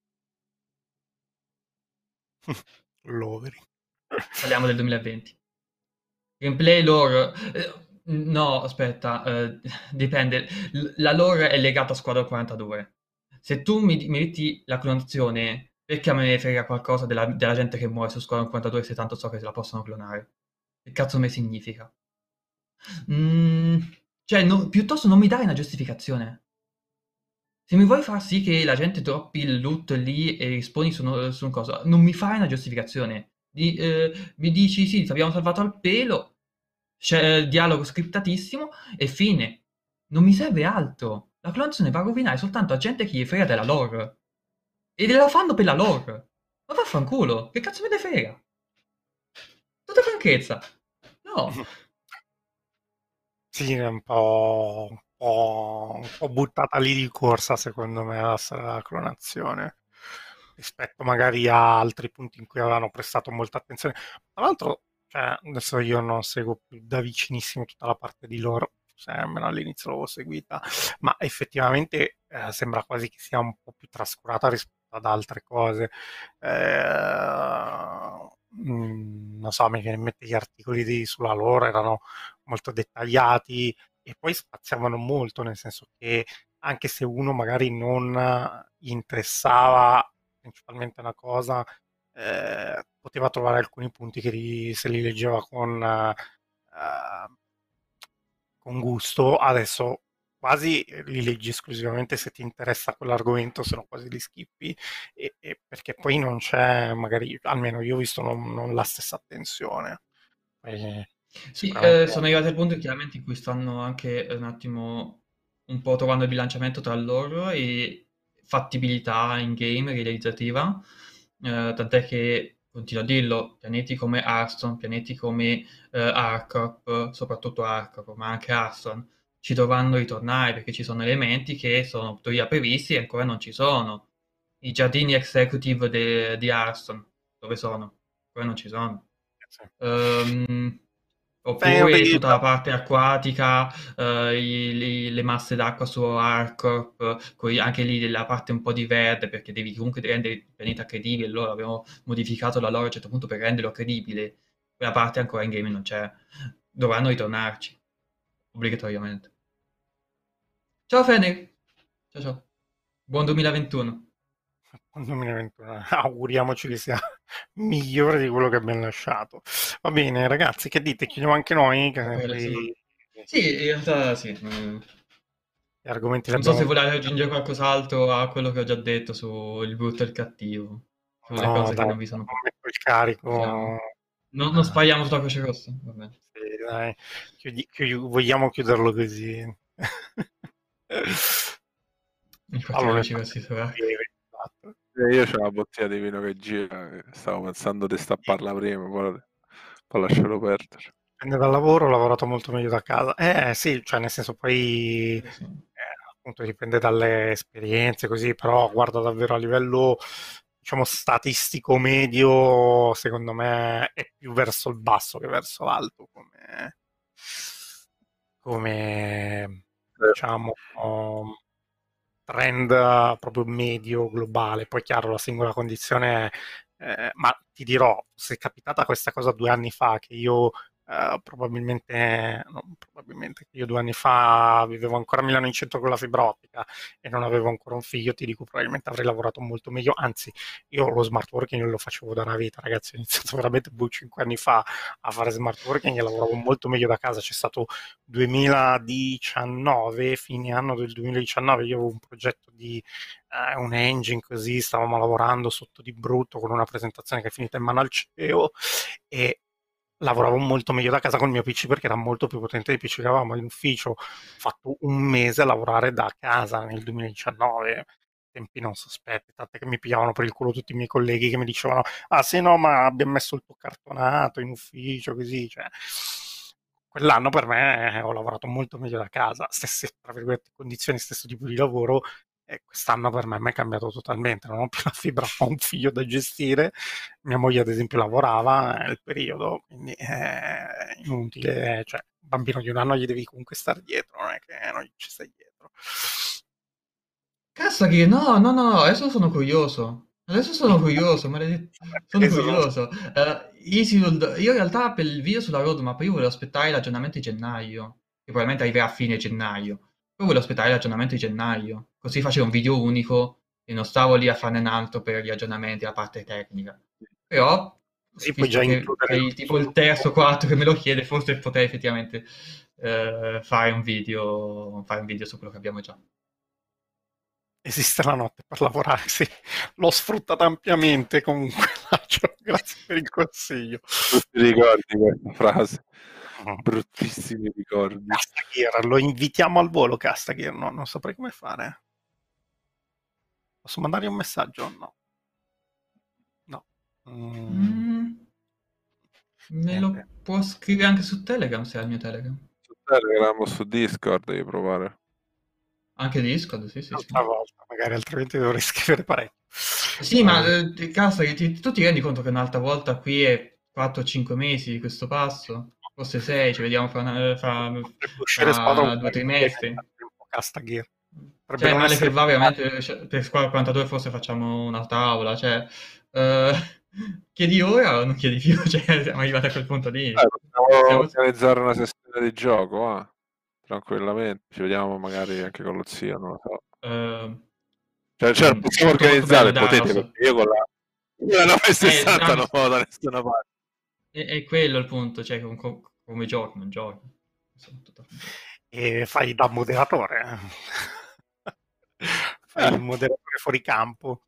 l'overing. Parliamo del 2020. Gameplay lore, no, aspetta, dipende. La lore è legata a Squadron 42. Se tu mi metti la clonazione, perché a me ne frega qualcosa della gente che muore su Squadron 42 se tanto so che se la possono clonare? Che cazzo me significa? Mm, cioè, piuttosto non mi dai una giustificazione. Se mi vuoi far sì che la gente droppi il loot lì e risponi su una cosa, non mi fai una giustificazione. Mi dici sì, ti abbiamo salvato al pelo, c'è il dialogo scriptatissimo e fine. Non mi serve altro. La clonazione va a rovinare soltanto a gente che gli frega della lore. E la fanno per la lore. Ma vaffanculo, che cazzo me ne frega? Tutta franchezza. No. Sì, è un po' buttata lì di corsa, secondo me, la clonazione, rispetto magari a altri punti in cui avevano prestato molta attenzione. Tra l'altro, cioè, adesso io non seguo più da vicinissimo tutta la parte di loro, se almeno all'inizio l'avevo seguita, ma effettivamente sembra quasi che sia un po' più trascurata rispetto ad altre cose. Non so, mi viene in mente gli articoli sulla loro, erano molto dettagliati e poi spaziavano molto, nel senso che anche se uno magari non gli interessava principalmente una cosa, poteva trovare alcuni punti che se li leggeva con gusto. Adesso quasi li leggi esclusivamente se ti interessa quell'argomento, se no quasi li skippi, perché poi non c'è, magari, almeno io ho visto non la stessa attenzione. Poi, Sì, sicuramente. sono arrivati al punto chiaramente in cui stanno anche un attimo un po' trovando il bilanciamento tra loro e fattibilità in game, realizzativa, tant'è che, continuo a dirlo, pianeti come Hearthstone, pianeti come Arcorp, soprattutto Arcorp, ma anche Hearthstone, ci dovranno ritornare perché ci sono elementi che sono tuttavia previsti e ancora non ci sono. I giardini executive di Hearthstone, dove sono? Ancora non ci sono. Sì. Ehm, Oppure Fenrir, tutta la parte acquatica, le masse d'acqua su Arcorp, anche lì la parte un po' di verde, perché devi comunque rendere il pianeta credibile. Loro abbiamo modificato la lore a un certo punto per renderlo credibile. Quella parte ancora in game non c'è. Dovranno ritornarci, obbligatoriamente. Ciao Fenrir! Ciao ciao. Buon 2021. buon 2021. Auguriamoci che sia migliore di quello che abbiamo lasciato. Va bene, ragazzi, che dite? Chiudiamo anche noi, che Quello sì. poi Sì, in realtà sì. gli argomenti li Non so abbiamo se volete detti. aggiungere qualcos'altro a quello che ho già detto su il brutto e il cattivo. Sono le No, cose che dai, non vi sono non piaciute. metto il carico. Usiamo. Non spariamo sulla Croce Rossa. Va bene. Sì, dai, vogliamo chiuderlo così. Il quartiere Allora, nel Croce Rossi su frattempo, Arc. breve, esatto. Io c'ho la bottiglia di vino che gira, stavo pensando di stapparla prima, poi lasciarlo perdere. Dipende dal lavoro, ho lavorato molto meglio da casa. Sì, cioè nel senso poi Sì. appunto dipende dalle esperienze così, però guarda davvero a livello diciamo statistico medio, secondo me è più verso il basso che verso l'alto come diciamo trend proprio medio globale. Poi chiaro la singola condizione ma ti dirò, se è capitata questa cosa 2 anni fa che io probabilmente, no, probabilmente io 2 anni fa vivevo ancora a Milano in centro con la fibra ottica e non avevo ancora un figlio, ti dico, probabilmente avrei lavorato molto meglio, anzi io lo smart working lo facevo da una vita, ragazzi, ho iniziato veramente 5 anni fa a fare smart working e lavoravo molto meglio da casa, c'è stato 2019, fine anno del 2019, io avevo un progetto di un engine così, stavamo lavorando sotto di brutto con una presentazione che è finita in mano al CEO e lavoravo molto meglio da casa con il mio PC perché era molto più potente dei PC che avevamo in ufficio. Ho fatto un mese a lavorare da casa nel 2019, tempi non sospetti, tant'è che mi pigliavano per il culo tutti i miei colleghi che mi dicevano: ah sì, no, ma abbiamo messo il tuo cartonato in ufficio, così, cioè. Quell'anno per me ho lavorato molto meglio da casa, stesse, tra virgolette, condizioni, stesso tipo di lavoro, e quest'anno per me mi è cambiato totalmente, non ho più la fibra, ho un figlio da gestire, mia moglie ad esempio lavorava nel periodo, quindi è inutile, cioè un bambino di 1 anno gli devi comunque stare dietro, non è che non gli ci stai dietro. Cazzo che no, no, no, adesso sono curioso. Adesso sono curioso, maledetto. Sono Preso non- curioso. Io in realtà per il video sulla roadmap io volevo aspettare l'aggiornamento di gennaio, che probabilmente arriverà a fine gennaio. Poi volevo aspettare l'aggiornamento di gennaio, così facevo un video unico e non stavo lì a farne un altro per gli aggiornamenti, la parte tecnica. Però, E poi visto già che includere sei tipo il terzo o quarto che me lo chiede, forse potrei effettivamente fare un video su quello che abbiamo già. esiste la notte per lavorare, sì, l'ho sfruttata ampiamente comunque, Lacio, grazie per il consiglio. Brutti ricordi questa frase. Mm. Bruttissimi ricordi. Castagear, lo invitiamo al volo Castagear, no, non saprei come fare. Posso mandargli un messaggio? No. No. Mm, me Niente. lo può scrivere anche su Telegram se ha il mio Telegram. Su Telegram o su Discord devi provare. Anche Discord, sì, sì, sì. Un'altra volta, magari, altrimenti dovrei scrivere parecchio. Sì, ma cazzo, tu ti rendi conto che un'altra volta qui è 4-5 mesi di questo passo? Forse 6, ci vediamo Potrebbe uscire squadra fra un 2 nel trimestri. frattempo, Castagear. Potrebbe Cioè, non male che essere va veramente, cioè, per Squadra 42 forse facciamo una tavola, cioè, eh, chiedi ora o non chiedi più? Cioè, siamo arrivati a quel punto lì. Possiamo Siamo- organizzare una sessione di gioco, tranquillamente. Ci vediamo magari anche con lo zio, non lo so. eh, Cioè, lo possiamo molto, molto bello organizzare, potete, Danos. perché io con la 960 non Danos, vado da nessuna parte. è quello il punto, cioè, come gioco, non gioco. Sono totalmente- e fai da moderatore. Fai il Eh, moderatore fuori campo.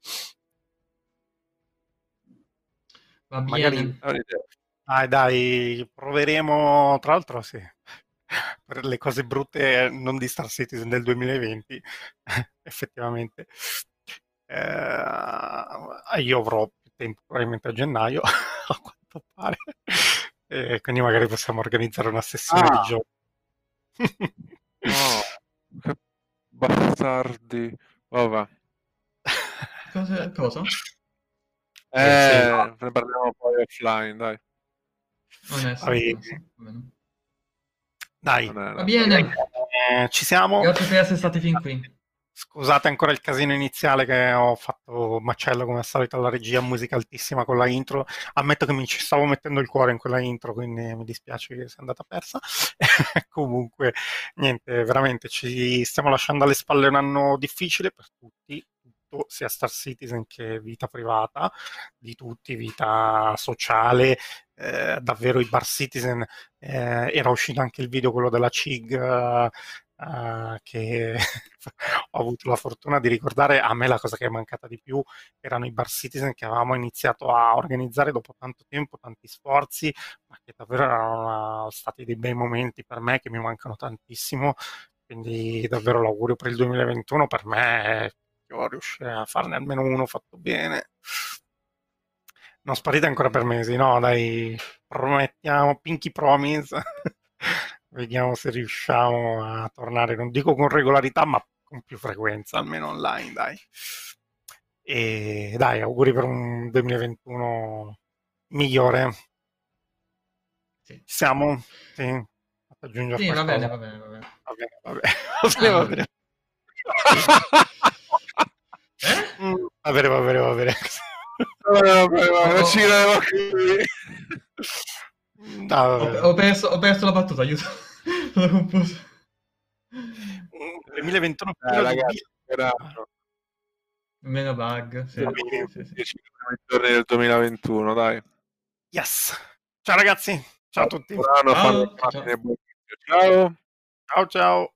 Va Magari, bene. è un'idea. dai, proveremo, tra l'altro, sì, per le cose brutte non di Star Citizen del 2020, effettivamente. Io avrò più tempo probabilmente a gennaio, a quanto pare, e quindi magari possiamo organizzare una sessione di Ah, gioco. no, che bastardi. Vabbè. Cosa? Sì, no, Ne parliamo poi offline, dai. Onesto, poi, onesto. Va bene. dai, Non è Va una direi bene. che ci siamo. Grazie per essere stati fin qui. Scusate ancora il casino iniziale che ho fatto macello come al solito alla regia, musica altissima con la intro. Ammetto che mi ci stavo mettendo il cuore in quella intro, quindi mi dispiace che sia andata persa. Comunque, niente, veramente ci stiamo lasciando alle spalle un anno difficile per tutti, tutto, sia Star Citizen che vita privata di tutti, vita sociale. Davvero i Bar Citizen, era uscito anche il video, quello della CIG, che ho avuto la fortuna di ricordare. A me la cosa che è mancata di più erano i Bar Citizen che avevamo iniziato a organizzare dopo tanto tempo, tanti sforzi, ma che davvero erano stati dei bei momenti per me che mi mancano tantissimo. Quindi davvero l'augurio per il 2021 per me è che io riuscire a farne almeno uno fatto bene. Non sparite ancora per mesi, no? Dai, promettiamo, Pinky Promise. Vediamo se riusciamo a tornare, non dico con regolarità, ma con più frequenza, almeno online, dai. E dai, auguri per un 2021 migliore. Sì. Ci siamo? Sì. Posso aggiungere Sì, va bene, qualcosa? va bene, va bene. Va bene, va bene. Va bene, va Ah, bene. eh? Va bene, va bene, va bene. Vabbè, Oh, non ci oh, credevo qui. Dai. Ho perso la battuta, aiuto. Sono confuso. 2021 ragazzi, Meno bug. Sì. Va bene. 10 giorni del 2021, dai. Yes. Ciao ragazzi, ciao a tutti. Ciao. Ciao. Ciao. Ciao ciao.